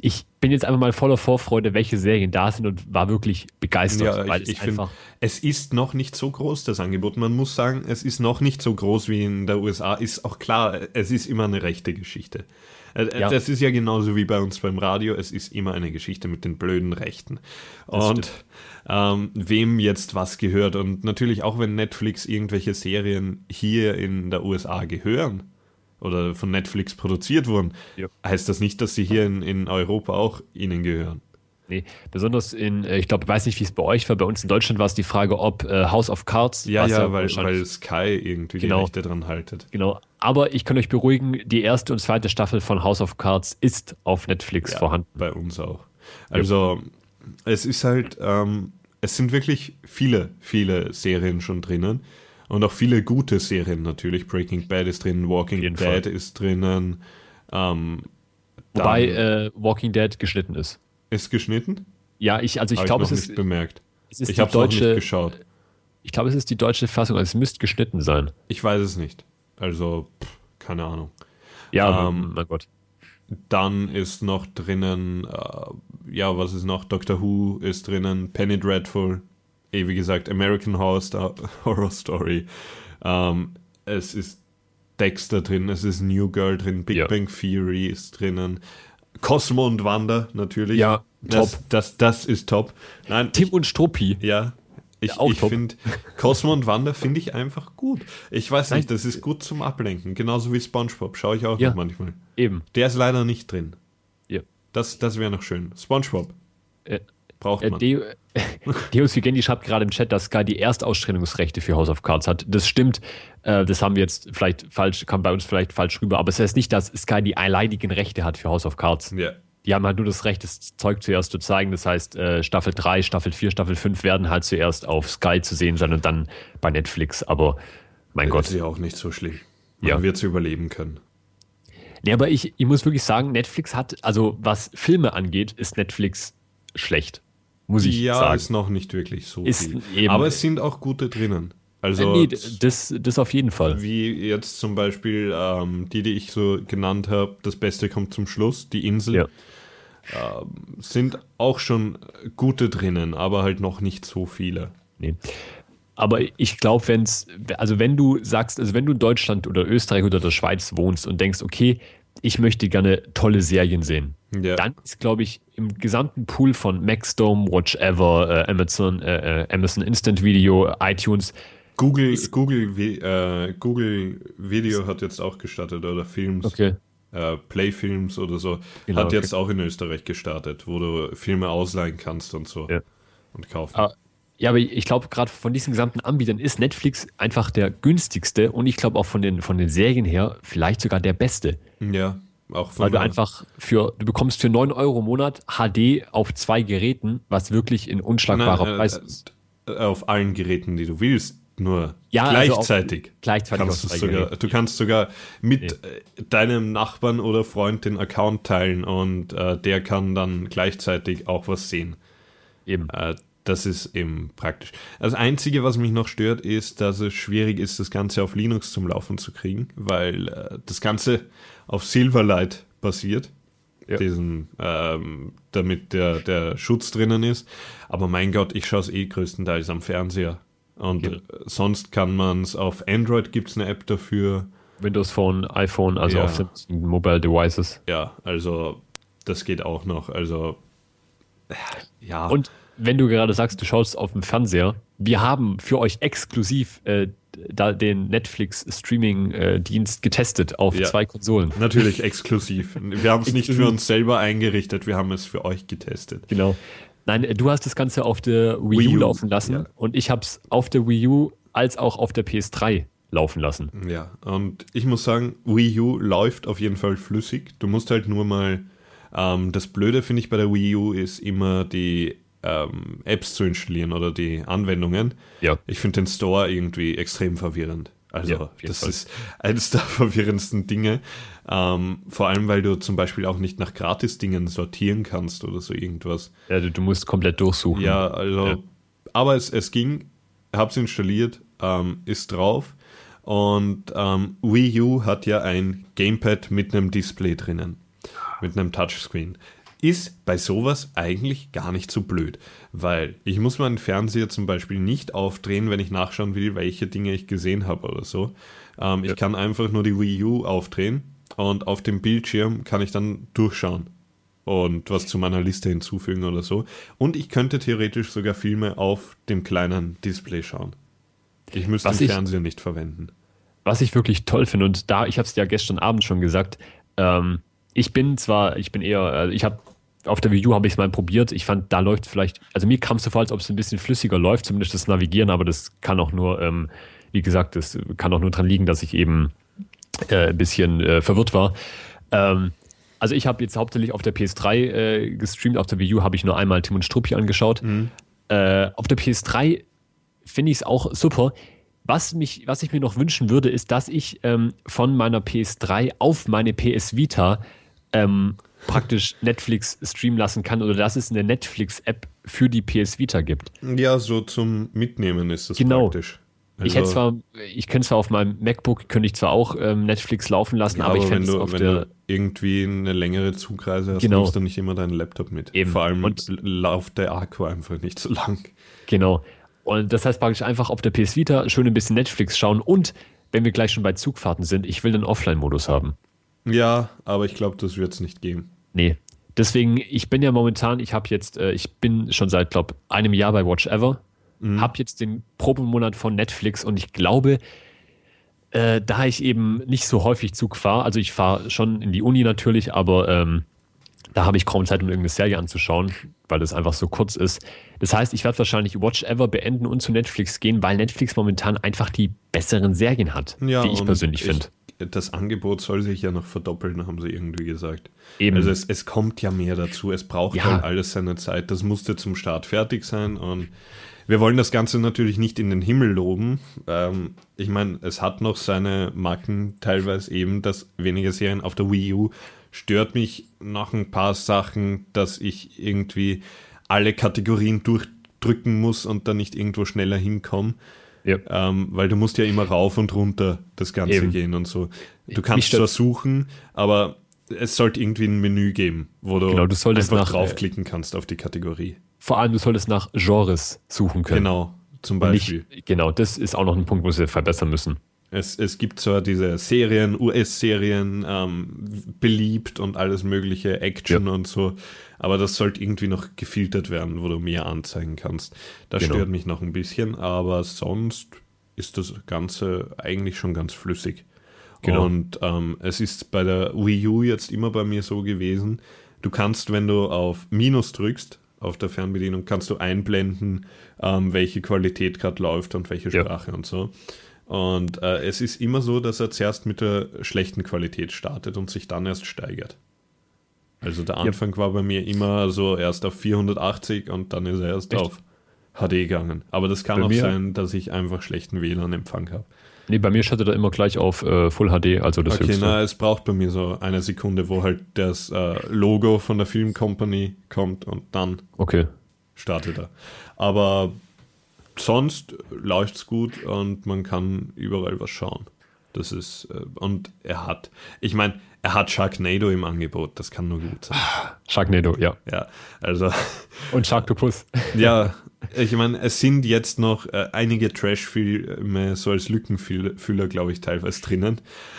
ich bin jetzt einfach mal voller Vorfreude, welche Serien da sind und war wirklich begeistert, Ja, weil ich, es ich einfach... finde, es ist noch nicht so groß, das Angebot. Man muss sagen, es ist noch nicht so groß wie in der U S A. Ist auch klar, es ist immer eine rechte Geschichte. Äh, Ja. Das ist ja genauso wie bei uns beim Radio. Es ist immer eine Geschichte mit den blöden Rechten. Und ähm, wem jetzt was gehört. Und natürlich auch, wenn Netflix irgendwelche Serien hier in der U S A gehören oder von Netflix produziert wurden, Ja. heißt das nicht, dass sie hier in, in Europa auch ihnen gehören. Nee, besonders in, äh, ich glaube, ich weiß nicht, wie es bei euch war, bei uns in Deutschland war es die Frage, ob äh, House of Cards... Ja, was ja, weil, wahrscheinlich- weil Sky irgendwie Genau. die Rechte dran haltet. Genau, aber ich kann euch beruhigen, die erste und zweite Staffel von House of Cards ist auf Netflix Ja, vorhanden. bei uns auch. Also, es ist halt, ähm, es sind wirklich viele, viele Serien schon drinnen. Und auch viele gute Serien natürlich. Breaking Bad ist drin, Walking jeden Dead Fall. ist drinnen. Ähm, Wobei dann äh, Walking Dead geschnitten ist. ist geschnitten? Ja, ich, also ich Habe glaube, ich es noch ist, nicht bemerkt. es ist Ich die habe es noch nicht deutsche, geschaut. ich glaube, es ist die deutsche Fassung, also es müsste geschnitten sein. Ich weiß es nicht. Also, pff, keine Ahnung. Ja, Ähm, mein Gott. Dann ist noch drinnen, äh, ja, was ist noch? Doctor Who ist drinnen, Penny Dreadful, eh, wie gesagt, American Horror, Star Horror Story. Ähm, es ist Dexter drin, es ist New Girl drin, Big Ja. Bang Theory ist drinnen, Cosmo und Wanda natürlich. Ja, das, top. Das, das ist top. Nein, Tim und Struppi. ja, ich, auch ich top. finde, Cosmo und Wanda finde ich einfach gut. Ich weiß nicht, das ist gut zum Ablenken. Genauso wie SpongeBob, schaue ich auch Ja. noch manchmal. Eben. Der ist leider nicht drin. Ja. Das, das wäre noch schön. SpongeBob Äh, braucht Äh, man. Deo, Deus Vigendi schreibt gerade im Chat, dass Sky die Erstausstrahlungsrechte für House of Cards hat. Das stimmt. Äh, das haben wir jetzt vielleicht falsch, kam bei uns vielleicht falsch rüber. Aber es heißt nicht, dass Sky die alleinigen Rechte hat für House of Cards. Ja. Die haben halt nur das Recht, das Zeug zuerst zu zeigen. Das heißt, äh, Staffel drei, Staffel vier, Staffel fünf werden halt zuerst auf Sky zu sehen sein und dann bei Netflix. Aber mein Das Gott. ist ja auch nicht so schlimm. Man Ja. wird es überleben können. Nee, aber ich, ich muss wirklich sagen, Netflix hat, also was Filme angeht, ist Netflix schlecht. Muss ich ja, sagen. ist noch nicht wirklich so Ist viel. eben- Aber es sind auch gute drinnen. Also Äh, nee, das, das auf jeden Fall. wie jetzt zum Beispiel ähm, die, die ich so genannt habe, das Beste kommt zum Schluss, die Insel, Ja. sind auch schon gute drinnen, aber halt noch nicht so viele. Nee. Aber ich glaube, wenn es, also wenn du sagst, also wenn du in Deutschland oder Österreich oder der Schweiz wohnst und denkst, okay, ich möchte gerne tolle Serien sehen, Ja. dann ist, glaube ich, im gesamten Pool von Maxdome, Watch Ever, äh, Amazon, äh, äh, Amazon Instant Video, iTunes, Google, Google, Vi- äh, Google Video hat jetzt auch gestartet oder Films. okay, äh, Playfilms oder so, Genau, hat okay. jetzt auch in Österreich gestartet, wo du Filme ausleihen kannst und so Ja. und kaufen. Ah, ja, aber ich glaube, gerade von diesen gesamten Anbietern ist Netflix einfach der günstigste und ich glaube auch von den, von den Serien her vielleicht sogar der beste. Ja, auch von Weil du der- einfach für, du bekommst für neun Euro im Monat H D auf zwei Geräten, was wirklich ein unschlagbarer Nein, äh, Preis ist. äh, auf allen Geräten, die du willst, nur Ja, also auf- gleichzeitig. gleichzeitig kannst auf du zwei sogar, Geräten. du kannst sogar mit äh, deinem Nachbarn oder Freund den Account teilen und äh, der kann dann gleichzeitig auch was sehen. Eben. Äh, das ist eben praktisch. Das Einzige, was mich noch stört, ist, dass es schwierig ist, das Ganze auf Linux zum Laufen zu kriegen, weil äh, das Ganze auf Silverlight basiert, Ja. diesen, ähm, damit der, der Schutz drinnen ist. Aber mein Gott, ich schaue es eh größtenteils am Fernseher. Und Ja. äh, sonst kann man es auf Android, gibt es eine App dafür. Windows Phone, iPhone, also Ja. auf sämtlichen Mobile Devices. Ja, also das geht auch noch. Also äh, ja. Und wenn du gerade sagst, du schaust auf dem Fernseher, wir haben für euch exklusiv äh, da den Netflix-Streaming-Dienst getestet auf Ja. zwei Konsolen. Natürlich exklusiv. Wir haben es nicht für uns selber eingerichtet, wir haben es für euch getestet. Genau. Nein, äh, du hast das Ganze auf der Wii, Wii U U, laufen lassen ja. und ich habe es auf der Wii U als auch auf der P S drei laufen lassen. Ja, und ich muss sagen, Wii U läuft auf jeden Fall flüssig. Du musst halt nur mal, ähm, das Blöde finde ich bei der Wii U ist immer die ähm, Apps zu installieren oder die Anwendungen. Ja. Ich finde den Store irgendwie extrem verwirrend. Also Ja, auf jeden das Fall. ist eines der verwirrendsten Dinge. Ähm, vor allem, weil du zum Beispiel auch nicht nach Gratis-Dingen sortieren kannst oder so irgendwas. Ja, du, du musst komplett durchsuchen. Ja, also, Ja. aber es, es ging, hab's installiert, ähm, ist drauf und ähm, Wii U hat ja ein Gamepad mit einem Display drinnen, mit einem Touchscreen. ist bei sowas eigentlich gar nicht so blöd, weil ich muss meinen Fernseher zum Beispiel nicht aufdrehen, wenn ich nachschauen will, welche Dinge ich gesehen habe oder so. Ähm, ja. Ich kann einfach nur die Wii U aufdrehen und auf dem Bildschirm kann ich dann durchschauen und was zu meiner Liste hinzufügen oder so. Und ich könnte theoretisch sogar Filme auf dem kleinen Display schauen. Ich müsste was den ich, Fernseher nicht verwenden. Was ich wirklich toll finde, und da, ich habe es ja gestern Abend schon gesagt, ähm, ich bin zwar, ich bin eher, also ich habe auf der Wii U habe ich es mal probiert, ich fand, da läuft vielleicht, also mir kam es so vor, als ob es ein bisschen flüssiger läuft, zumindest das Navigieren, aber das kann auch nur, ähm, wie gesagt, das kann auch nur dran liegen, dass ich eben äh, ein bisschen äh, verwirrt war. Ähm, also ich habe jetzt hauptsächlich auf der P S drei äh, gestreamt, auf der Wii U habe ich nur einmal Tim und Struppi angeschaut. Mhm. Äh, auf der P S drei finde ich es auch super. Was, mich, was ich mir noch wünschen würde, ist, dass ich ähm, von meiner P S drei auf meine P S Vita ähm, praktisch Netflix streamen lassen kann oder dass es eine Netflix-App für die P S Vita gibt. Ja, so zum Mitnehmen ist das genau. praktisch. Also ich hätte zwar, ich könnte zwar auf meinem MacBook, könnte ich zwar auch ähm, Netflix laufen lassen, ja, aber, aber ich fände es auf wenn der... du irgendwie eine längere Zugreise hast, genau. nimmst du nicht immer deinen Laptop mit. Eben. Vor allem und läuft der Akku einfach nicht so lang. Genau. Und das heißt praktisch einfach auf der P S Vita schön ein bisschen Netflix schauen und wenn wir gleich schon bei Zugfahrten sind, ich will einen Offline-Modus haben. Ja, aber ich glaube, das wird es nicht geben. Nee. Deswegen, ich bin ja momentan, ich habe jetzt, äh, ich bin schon seit, glaube einem Jahr bei Watch Ever, mhm. habe jetzt den Probemonat von Netflix und ich glaube, äh, da ich eben nicht so häufig Zug fahre, also ich fahre schon in die Uni natürlich, aber ähm, da habe ich kaum Zeit, um irgendeine Serie anzuschauen, weil das einfach so kurz ist. Das heißt, ich werde wahrscheinlich Watch Ever beenden und zu Netflix gehen, weil Netflix momentan einfach die besseren Serien hat, ja, die ich persönlich finde. Das Angebot soll sich ja noch verdoppeln, haben sie irgendwie gesagt. Eben. Also es, es kommt ja mehr dazu. Es braucht ja. halt alles seine Zeit. Das musste zum Start fertig sein. Und wir wollen das Ganze natürlich nicht in den Himmel loben. Ähm, ich meine, es hat noch seine Macken, teilweise eben, dass wenige Serien auf der Wii U stört mich noch ein paar Sachen, dass ich irgendwie alle Kategorien durchdrücken muss und dann nicht irgendwo schneller hinkomme. Ja. Ähm, weil du musst ja immer rauf und runter das Ganze Eben. gehen und so. Du kannst zwar suchen, aber es sollte irgendwie ein Menü geben, wo du, genau, du solltest einfach nach, draufklicken kannst auf die Kategorie. Vor allem, du solltest nach Genres suchen können. Genau, zum Beispiel. Nicht, genau, das ist auch noch ein Punkt, wo sie verbessern müssen. Es, es gibt zwar diese Serien, U S-Serien, ähm, beliebt und alles mögliche, Action ja. und so, aber das sollte irgendwie noch gefiltert werden, wo du mehr anzeigen kannst. Das genau. stört mich noch ein bisschen, aber sonst ist das Ganze eigentlich schon ganz flüssig. Genau. Und ähm, es ist bei der Wii U jetzt immer bei mir so gewesen, du kannst, wenn du auf Minus drückst, auf der Fernbedienung, kannst du einblenden, ähm, welche Qualität gerade läuft und welche Sprache ja. und so. Und äh, es ist immer so, dass er zuerst mit der schlechten Qualität startet und sich dann erst steigert. Also der Anfang ja. war bei mir immer so erst auf vierhundertachtzig und dann ist er erst Echt? auf H D gegangen. Aber das kann bei auch sein, dass ich einfach schlechten W L A N-Empfang habe. Nee, bei mir schaltet er immer gleich auf äh, Full H D, also das Okay, Höchste. na, es braucht bei mir so eine Sekunde, wo halt das äh, Logo von der Film Company kommt und dann okay. startet er. Aber sonst läuft es gut und man kann überall was schauen. Das ist, äh, und er hat, ich meine, er hat Sharknado im Angebot, das kann nur gut sein. Sharknado, ja. Ja, also. Und Sharktopus. Ja, ich meine, es sind jetzt noch äh, einige Trash-Filme so als Lückenfüller, glaube ich, teilweise drinnen.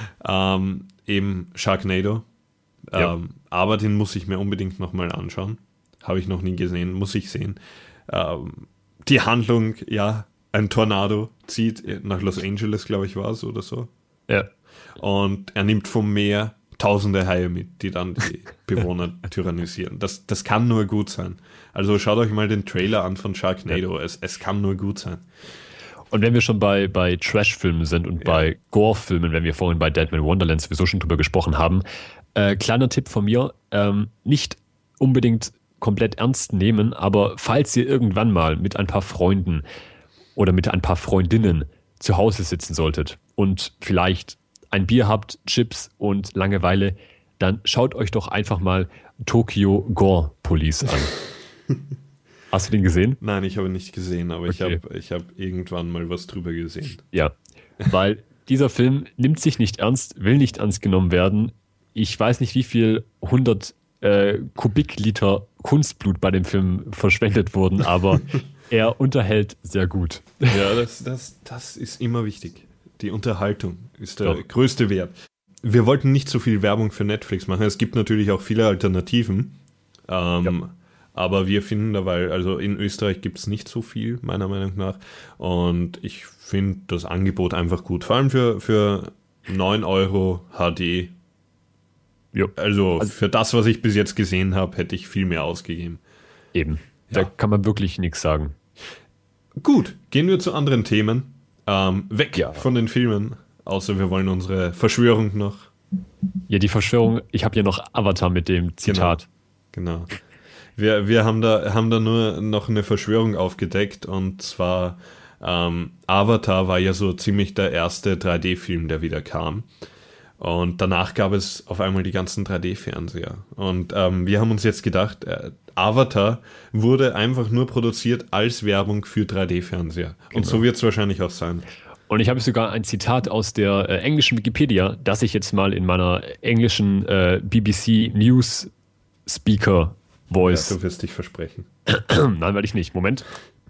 Ähm, eben Sharknado. Ähm, ja. Aber den muss ich mir unbedingt nochmal anschauen. Habe ich noch nie gesehen, muss ich sehen. Ähm, die Handlung, ja, ein Tornado zieht nach Los Angeles, glaube ich, war es oder so. Ja. Und er nimmt vom Meer tausende Haie mit, die dann die Bewohner tyrannisieren. Das, das kann nur gut sein. Also schaut euch mal den Trailer an von Sharknado. Ja. Es, es kann nur gut sein. Und wenn wir schon bei, bei Trash-Filmen sind und ja. bei Gore-Filmen, wenn wir vorhin bei Deadman Wonderland sowieso schon drüber gesprochen haben, äh, kleiner Tipp von mir, ähm, nicht unbedingt komplett ernst nehmen, aber falls ihr irgendwann mal mit ein paar Freunden oder mit ein paar Freundinnen zu Hause sitzen solltet und vielleicht ein Bier habt, Chips und Langeweile, dann schaut euch doch einfach mal Tokyo Gore Police an. Hast du den gesehen? Nein, ich habe ihn nicht gesehen, aber Okay. ich habe ich hab irgendwann mal was drüber gesehen. Ja, weil dieser Film nimmt sich nicht ernst, will nicht ernst genommen werden. Ich weiß nicht, wie viel hundert äh, Kubikliter Kunstblut bei dem Film verschwendet wurden, aber er unterhält sehr gut. Ja, das, das, das ist immer wichtig. Die Unterhaltung ist der Ja. größte Wert. Wir wollten nicht so viel Werbung für Netflix machen. Es gibt natürlich auch viele Alternativen. Ähm, Ja. Aber wir finden dabei, also in Österreich gibt es nicht so viel, meiner Meinung nach. Und ich finde das Angebot einfach gut. Vor allem für, für neun Euro H D. Ja. Also, Also- für das, was ich bis jetzt gesehen habe, hätte ich viel mehr ausgegeben. Eben. Ja. Da kann man wirklich nichts sagen. Gut, gehen wir zu anderen Themen. Ähm, weg Ja. von den Filmen. Außer wir wollen unsere Verschwörung noch. Ja, die Verschwörung, ich habe hier noch Avatar mit dem Zitat. Genau. Wir, wir haben, da, haben da nur noch eine Verschwörung aufgedeckt, und zwar ähm, Avatar war ja so ziemlich der erste drei D-Film, der wieder kam. Und danach gab es auf einmal die ganzen drei D-Fernseher. Und ähm, wir haben uns jetzt gedacht, äh, Avatar wurde einfach nur produziert als Werbung für drei D-Fernseher. Und Genau. so wird es wahrscheinlich auch sein. Und ich habe sogar ein Zitat aus der äh, englischen Wikipedia, das ich jetzt mal in meiner englischen äh, B B C News Speaker Voice. Ja, du wirst dich versprechen. Nein, weil ich nicht. Moment.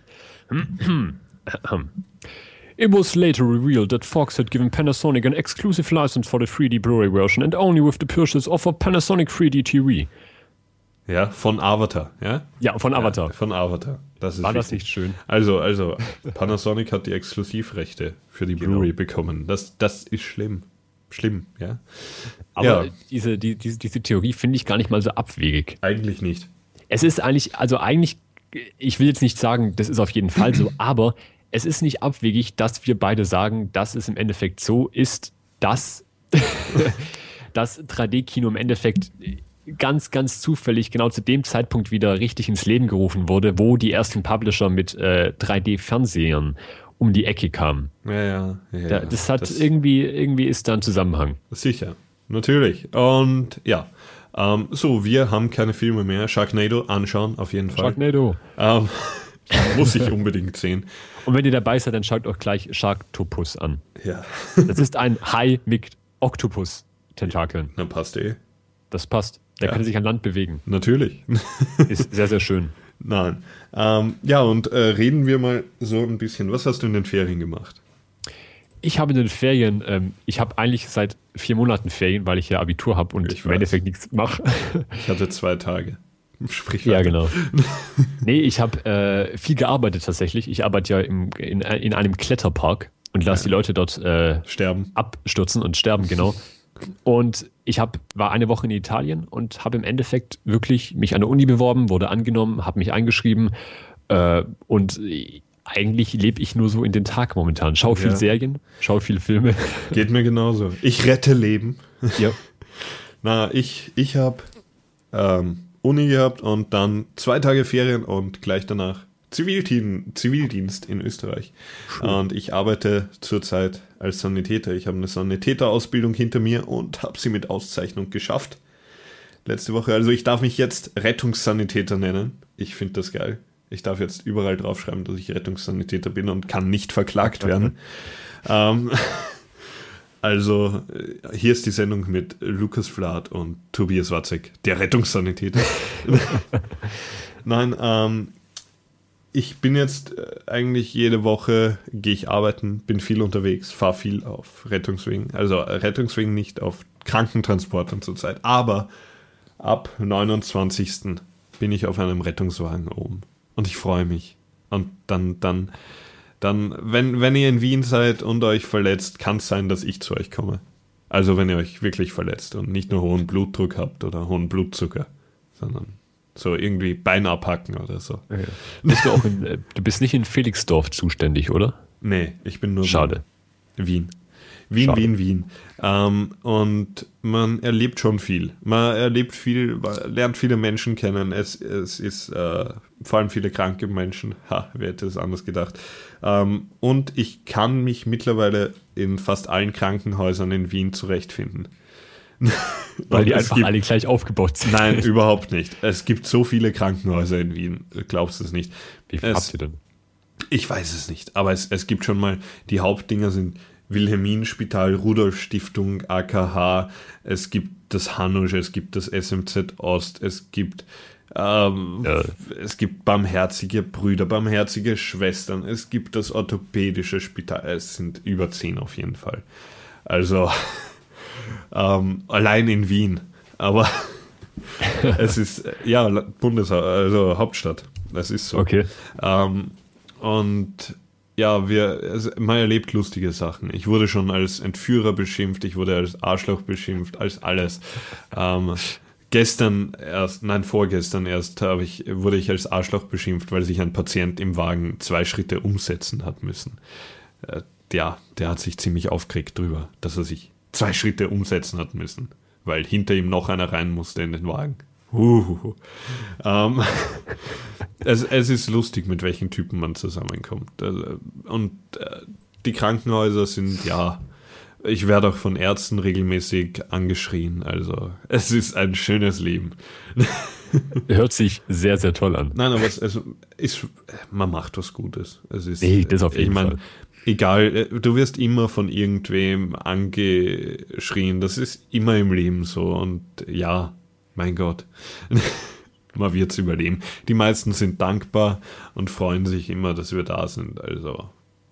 It was later revealed that Fox had given Panasonic an exclusive license for the three D Blu-ray version and only with the purchase of a Panasonic three D T V. Ja, von Avatar, ja? Ja, von Avatar. Ja, von Avatar. Das ist War das wichtig. nicht schön? Also, also, Panasonic hat die Exklusivrechte für die Genau. Blu-ray bekommen. Das, das ist schlimm. Schlimm, ja? Aber Ja. diese, die, diese, diese Theorie finde ich gar nicht mal so abwegig. Eigentlich nicht. Es ist eigentlich, also eigentlich, ich will jetzt nicht sagen, das ist auf jeden Fall so, aber es ist nicht abwegig, dass wir beide sagen, dass es im Endeffekt so ist, dass das drei D-Kino im Endeffekt ganz, ganz zufällig genau zu dem Zeitpunkt wieder richtig ins Leben gerufen wurde, wo die ersten Publisher mit äh, drei D-Fernsehern um die Ecke kamen. Ja, ja. ja Da, das hat irgendwie, irgendwie ist da ein Zusammenhang. Sicher, natürlich. Und ja, ähm, so, wir haben keine Filme mehr. Sharknado anschauen, auf jeden Fall. Sharknado. Ähm, muss ich unbedingt sehen. Und wenn ihr dabei seid, dann schaut euch gleich Sharktopus an. Ja, Das ist ein Hai mit Oktopus-Tentakeln. na passt eh. Das passt. Der Ja. kann sich an Land bewegen. Natürlich. Ist sehr, sehr schön. Nein. Ähm, ja, und äh, reden wir mal so ein bisschen. Was hast du in den Ferien gemacht? Ich habe in den Ferien, ähm, ich habe eigentlich seit vier Monaten Ferien, weil ich ja Abitur habe und Ich im weiß. Endeffekt nichts mache. Ich hatte zwei Tage. Sprich Ja, weiter. genau. Nee, ich habe äh, viel gearbeitet tatsächlich. Ich arbeite ja im, in, in einem Kletterpark und lasse die Leute dort äh, Sterben. abstürzen und sterben, genau. Und ich hab, war eine Woche in Italien und habe im Endeffekt wirklich mich an der Uni beworben, wurde angenommen, habe mich eingeschrieben äh, und eigentlich lebe ich nur so in den Tag momentan. Schau viel Ja. Serien, schau viel Filme. Geht mir genauso. Ich rette Leben. Ja. Na, ich, ich habe ähm, Uni gehabt und dann zwei Tage Ferien und gleich danach Zivildienst, Zivildienst in Österreich. Und ich arbeite zurzeit als Sanitäter. Ich habe eine Sanitäterausbildung hinter mir und habe sie mit Auszeichnung geschafft. Letzte Woche. Also ich darf mich jetzt Rettungssanitäter nennen. Ich finde das geil. Ich darf jetzt überall draufschreiben, dass ich Rettungssanitäter bin und kann nicht verklagt werden. ähm, also äh, hier ist die Sendung mit Lukas Vlad und Tobias Watzek, der Rettungssanitäter. Nein, ähm, ich bin jetzt äh, eigentlich jede Woche, gehe ich arbeiten, bin viel unterwegs, fahre viel auf Rettungswegen. Also äh, Rettungswegen nicht, auf Krankentransportern zurzeit. Aber ab neunundzwanzigsten bin ich auf einem Rettungswagen oben. Und ich freue mich. Und dann, dann, dann, wenn, wenn ihr in Wien seid und euch verletzt, kann es sein, dass ich zu euch komme. Also wenn ihr euch wirklich verletzt und nicht nur hohen Blutdruck habt oder hohen Blutzucker, sondern so irgendwie Bein abhacken oder so. Ja. Bist du, auch in, äh, du bist nicht in Felixdorf zuständig, oder? Nee, ich bin nur Schade. Wien. Wien, Schade. Wien, Wien. Ähm, und man erlebt schon viel. Man erlebt viel, man lernt viele Menschen kennen. Es, es ist äh, vor allem viele kranke Menschen. Ha, wer hätte es anders gedacht. Ähm, und ich kann mich mittlerweile in fast allen Krankenhäusern in Wien zurechtfinden. Weil die es einfach gibt, alle gleich aufgebaut sind. Nein, überhaupt nicht. Es gibt so viele Krankenhäuser in Wien. Glaubst du es nicht? Wie viel es, habt ihr denn? Ich weiß es nicht, aber es, es gibt schon mal, die Hauptdinger sind Wilhelminspital, Rudolf-Stiftung, A K H, es gibt das Hanusch, es gibt das S M Z Ost, es gibt ähm, Ja. es gibt barmherzige Brüder, barmherzige Schwestern, es gibt das orthopädische Spital, es sind über zehn auf jeden Fall. Also ähm, allein in Wien, aber es ist, ja, Bundes, also Hauptstadt, das ist so. Okay. Ähm, und ja, wir, also man erlebt lustige Sachen. Ich wurde schon als Entführer beschimpft, ich wurde als Arschloch beschimpft, als alles. Ähm, gestern erst, nein, vorgestern erst habe ich, wurde ich als Arschloch beschimpft, weil sich ein Patient im Wagen zwei Schritte umsetzen hat müssen. Äh, ja, der hat sich ziemlich aufgeregt drüber, dass er sich zwei Schritte umsetzen hat müssen, weil hinter ihm noch einer rein musste in den Wagen. Uh, ähm, es, es ist lustig, mit welchen Typen man zusammenkommt. Also, und äh, die Krankenhäuser sind, ja, ich werde auch von Ärzten regelmäßig angeschrien. Also es ist ein schönes Leben. Hört sich sehr, sehr toll an. Nein, aber es, es ist, man macht was Gutes. Es ist, Nee, das auf jeden ich mein, Fall. Egal, du wirst immer von irgendwem angeschrien. Das ist immer im Leben so. Und ja, mein Gott, man wird es überleben. Die meisten sind dankbar und freuen sich immer, dass wir da sind. Also,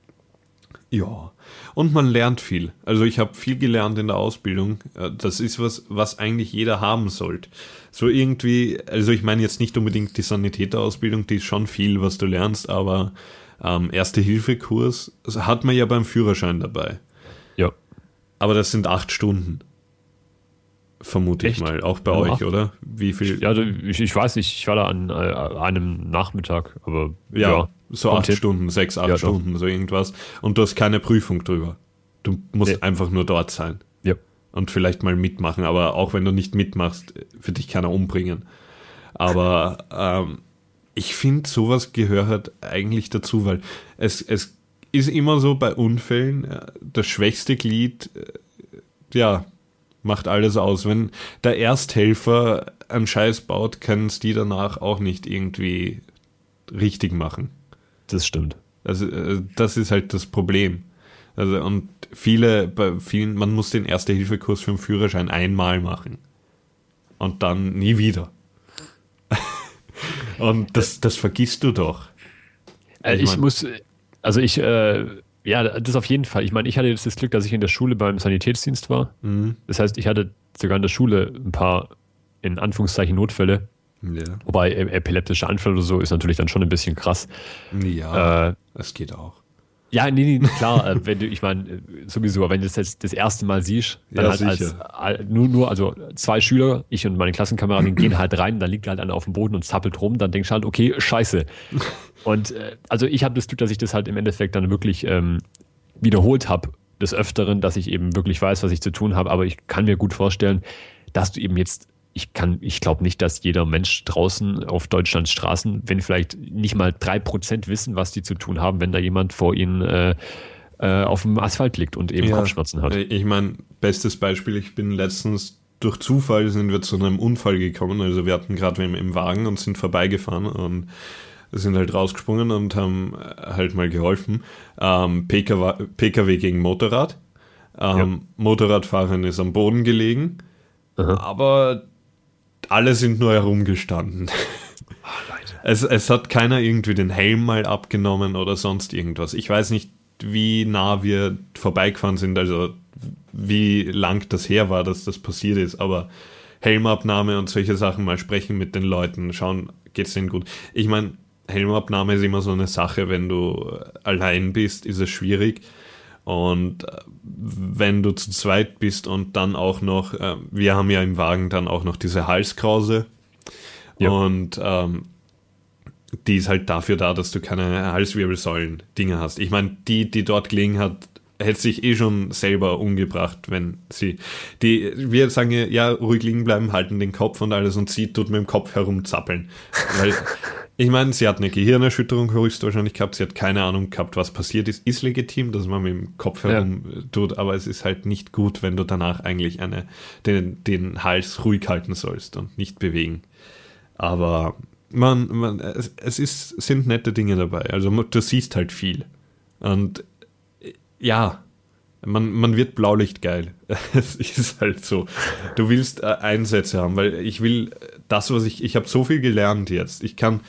ja. Und man lernt viel. Also ich habe viel gelernt in der Ausbildung. Das ist was, was eigentlich jeder haben sollte. So irgendwie, also ich meine jetzt nicht unbedingt die Sanitäterausbildung, die ist schon viel, was du lernst, aber ähm, Erste-Hilfe-Kurs hat man ja beim Führerschein dabei. Ja. Aber das sind acht Stunden. Vermute ich Echt? mal, auch bei Nur euch, acht? oder? Wie viel? Ja, ich, ich weiß nicht, ich war da an äh, einem Nachmittag, aber Ja, ja, so kommt acht hin. Stunden, sechs, acht Ja, doch. Stunden, so irgendwas. Und du hast keine Prüfung drüber. Du musst Nee. einfach nur dort sein Ja. und vielleicht mal mitmachen. Aber auch wenn du nicht mitmachst, wird dich keiner umbringen. Aber ähm, ich finde, sowas gehört eigentlich dazu, weil es, es ist immer so bei Unfällen, äh, das schwächste Glied, äh, ja, macht alles aus. Wenn der Ersthelfer einen Scheiß baut, können es die danach auch nicht irgendwie richtig machen. Das stimmt. Also äh, das ist halt das Problem. Also und viele, bei vielen, man muss den Erste-Hilfe-Kurs für den Führerschein einmal machen. Und dann nie wieder. Und das, das vergisst du doch. Äh, Ich ich mein- muss, also ich, äh, ja, das auf jeden Fall. Ich meine, ich hatte jetzt das Glück, dass ich in der Schule beim Sanitätsdienst war. Mhm. Das heißt, ich hatte sogar in der Schule ein paar, in Anführungszeichen, Notfälle. Ja, Wobei äh, epileptische Anfälle oder so ist natürlich dann schon ein bisschen krass. ja Äh, das geht auch. Ja, nee, nee, klar, äh, wenn du, ich meine, äh, sowieso, wenn du das jetzt das erste Mal siehst, dann Ja, halt als, sicher. äh, nur, nur, also zwei Schüler, ich und meine Klassenkameraden gehen halt rein, dann liegt halt einer auf dem Boden und zappelt rum, dann denkst du halt, okay, scheiße. Und äh, also ich habe das Glück, dass ich das halt im Endeffekt dann wirklich ähm, wiederholt habe, des Öfteren, dass ich eben wirklich weiß, was ich zu tun habe, aber ich kann mir gut vorstellen, dass du eben jetzt, ich kann, ich glaube nicht, dass jeder Mensch draußen auf Deutschlands Straßen, wenn vielleicht nicht mal drei Prozent wissen, was die zu tun haben, wenn da jemand vor ihnen äh, äh, auf dem Asphalt liegt und eben Ja. Kopfschmerzen hat. Ich meine, bestes Beispiel, ich bin letztens durch Zufall sind wir zu einem Unfall gekommen. Also wir hatten gerade wen im Wagen und sind vorbeigefahren und sind halt rausgesprungen und haben halt mal geholfen. Ähm, P K W, P K W gegen Motorrad. Ähm, Ja. Motorradfahrerin ist am Boden gelegen, Aha. aber alle sind nur herumgestanden. Es, es hat keiner irgendwie den Helm mal abgenommen oder sonst irgendwas. Ich weiß nicht, wie nah wir vorbeigefahren sind, also wie lang das her war, dass das passiert ist, aber Helmabnahme und solche Sachen, mal sprechen mit den Leuten, schauen, geht's denen gut. Ich meine, Helmabnahme ist immer so eine Sache, wenn du allein bist, ist es schwierig. Und äh, wenn du zu zweit bist und dann auch noch, äh, wir haben ja im Wagen dann auch noch diese Halskrause. Ja. Und ähm, die ist halt dafür da, dass du keine Halswirbelsäulen-Dinge hast. Ich meine, die, die dort gelegen hat, hätte sich eh schon selber umgebracht, wenn sie, die, wir sagen ja, ja, ruhig liegen bleiben, halten den Kopf und alles und sie tut mit dem Kopf herumzappeln. Weil, ich meine, sie hat eine Gehirnerschütterung höchstwahrscheinlich gehabt, sie hat keine Ahnung gehabt, was passiert ist. Ist legitim, dass man mit dem Kopf herum ja. tut, aber es ist halt nicht gut, wenn du danach eigentlich eine, den, den Hals ruhig halten sollst und nicht bewegen. Aber man, man es, es ist, sind nette Dinge dabei. Also du siehst halt viel. Und ja, Man, man wird blaulichtgeil. Es ist halt so. Du willst äh, Einsätze haben, weil ich will das, was ich, ich habe so viel gelernt jetzt. Ich kann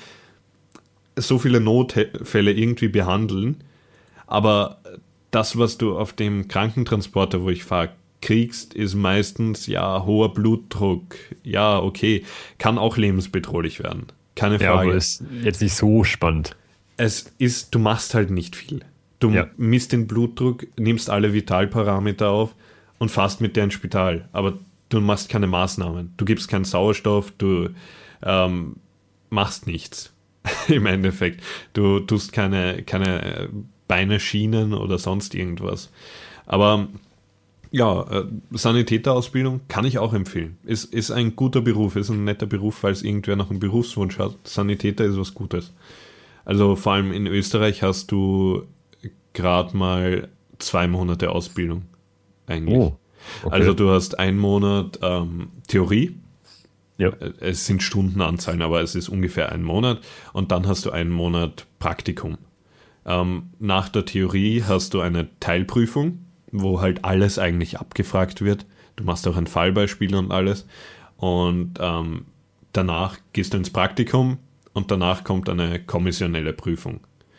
so viele Notfälle irgendwie behandeln, aber das, was du auf dem Krankentransporter, wo ich fahre, kriegst, ist meistens, ja, hoher Blutdruck. Ja, okay, kann auch lebensbedrohlich werden. Keine Frage. Ja, aber ist jetzt nicht so spannend. Es ist, du machst halt nicht viel. Du Ja. misst den Blutdruck, nimmst alle Vitalparameter auf und fährst mit dir ins Spital. Aber du machst keine Maßnahmen. Du gibst keinen Sauerstoff, du ähm, machst nichts im Endeffekt. Du tust keine, keine Beine schienen oder sonst irgendwas. Aber ja, äh, Sanitäterausbildung kann ich auch empfehlen. Ist, ist ein guter Beruf, ist ein netter Beruf, falls irgendwer noch einen Berufswunsch hat. Sanitäter ist was Gutes. Also vor allem in Österreich hast du gerade mal zwei Monate Ausbildung eigentlich. Oh, okay. Also du hast einen Monat ähm, Theorie, Ja. es sind Stundenanzahlen, aber es ist ungefähr ein Monat und dann hast du einen Monat Praktikum. Ähm, nach der Theorie hast du eine Teilprüfung, wo halt alles eigentlich abgefragt wird. Du machst auch ein Fallbeispiel und alles und ähm, danach gehst du ins Praktikum und danach kommt eine kommissionelle Prüfung,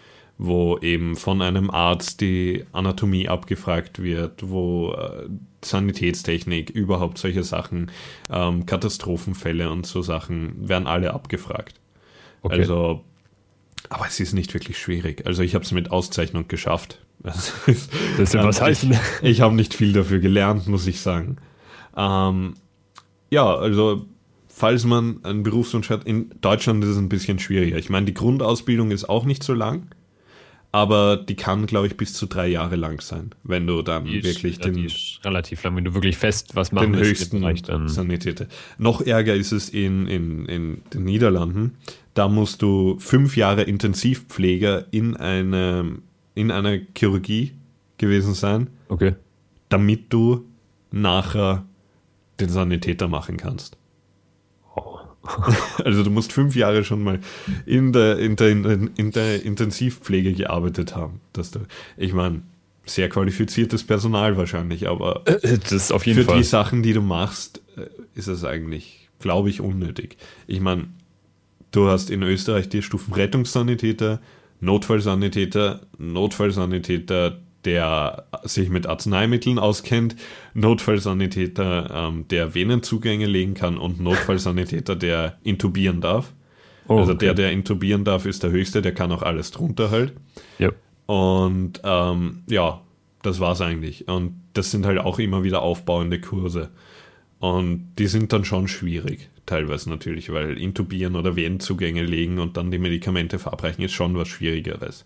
wo eben von einem Arzt die Anatomie abgefragt wird, wo äh, Sanitätstechnik, überhaupt solche Sachen, ähm, Katastrophenfälle und so Sachen werden alle abgefragt. Okay. Also, aber es ist nicht wirklich schwierig. Also ich habe es mit Auszeichnung geschafft. Das, ist, Das will was heißen. Ich, ich habe nicht viel dafür gelernt, muss ich sagen. Ähm, ja, also falls man einen Berufswunsch hat, in Deutschland ist es ein bisschen schwieriger. Ich meine, die Grundausbildung ist auch nicht so lang, aber die kann, glaube ich, bis zu drei Jahre lang sein, wenn du dann Die ist- wirklich ja, den, die ist relativ lang, wenn du wirklich fest was machen den willst, höchsten Bereich, dann. Sanitäter. Noch ärger ist es in, in, in den Niederlanden. Da musst du fünf Jahre Intensivpfleger in, eine, in einer Chirurgie gewesen sein, Okay. damit du nachher den Sanitäter machen kannst. Oh. Also du musst fünf Jahre schon mal in der, in der, in der Intensivpflege gearbeitet haben. Dass du, ich meine, sehr qualifiziertes Personal wahrscheinlich, aber Das ist auf jeden für Fall. die Sachen, die du machst, äh, ist es eigentlich, glaube ich, unnötig. Ich meine, du hast in Österreich die Stufen Rettungssanitäter, Notfallsanitäter, Notfallsanitäter, der sich mit Arzneimitteln auskennt, Notfallsanitäter, ähm, der Venenzugänge legen kann und Notfallsanitäter, der intubieren darf. Oh, also okay. der, der intubieren darf, ist der Höchste, der kann auch alles drunter halt. Ja. Und ähm, ja, das war's eigentlich. Und das sind halt auch immer wieder aufbauende Kurse. Und die sind dann schon schwierig, teilweise natürlich, weil intubieren oder Venenzugänge legen und dann die Medikamente verabreichen ist schon was Schwierigeres.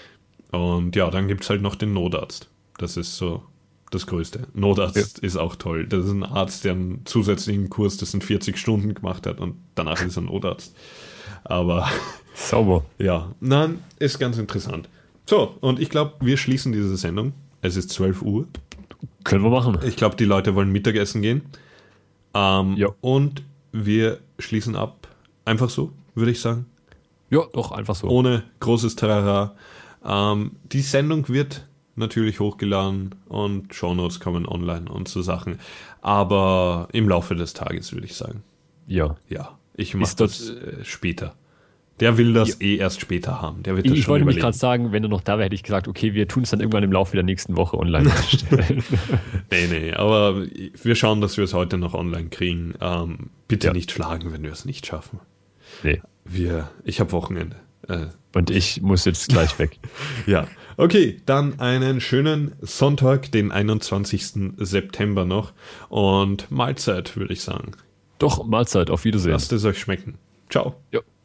Und ja, dann gibt's halt noch den Notarzt. Das ist so das Größte. Notarzt ist auch toll. Das ist ein Arzt, der einen zusätzlichen Kurs, das sind vierzig Stunden gemacht hat und danach ist er Notarzt. Aber Sauber. ja, nein, ist ganz interessant. So, und ich glaube, wir schließen diese Sendung. Es ist zwölf Uhr. Können wir machen. Ich glaube, die Leute wollen Mittagessen gehen. Ähm, Ja. Und wir schließen ab. Einfach so, würde ich sagen. Ja, doch, einfach so. Ohne großes Tarara. Ähm, die Sendung wird natürlich hochgeladen und Shownotes kommen online und so Sachen. Aber im Laufe des Tages, würde ich sagen. Ja. Ja, ich mache Ist das- das äh, später. Der will das eh erst später haben. Der wird das Ich, ich schon wollte mich überlegen. gerade sagen, wenn du noch da wäre, hätte ich gesagt, okay, wir tun es dann irgendwann im Laufe der nächsten Woche online stellen. Nee, nee, aber wir schauen, dass wir es heute noch online kriegen. Ähm, bitte Ja. nicht schlagen, wenn wir es nicht schaffen. Nee. Wir, ich habe Wochenende. Äh, Und ich muss jetzt gleich weg. ja, okay, dann einen schönen Sonntag, den einundzwanzigsten September noch. Und Mahlzeit, würde ich sagen. Doch, Mahlzeit, auf Wiedersehen. Lasst es euch schmecken. Ciao. Ja.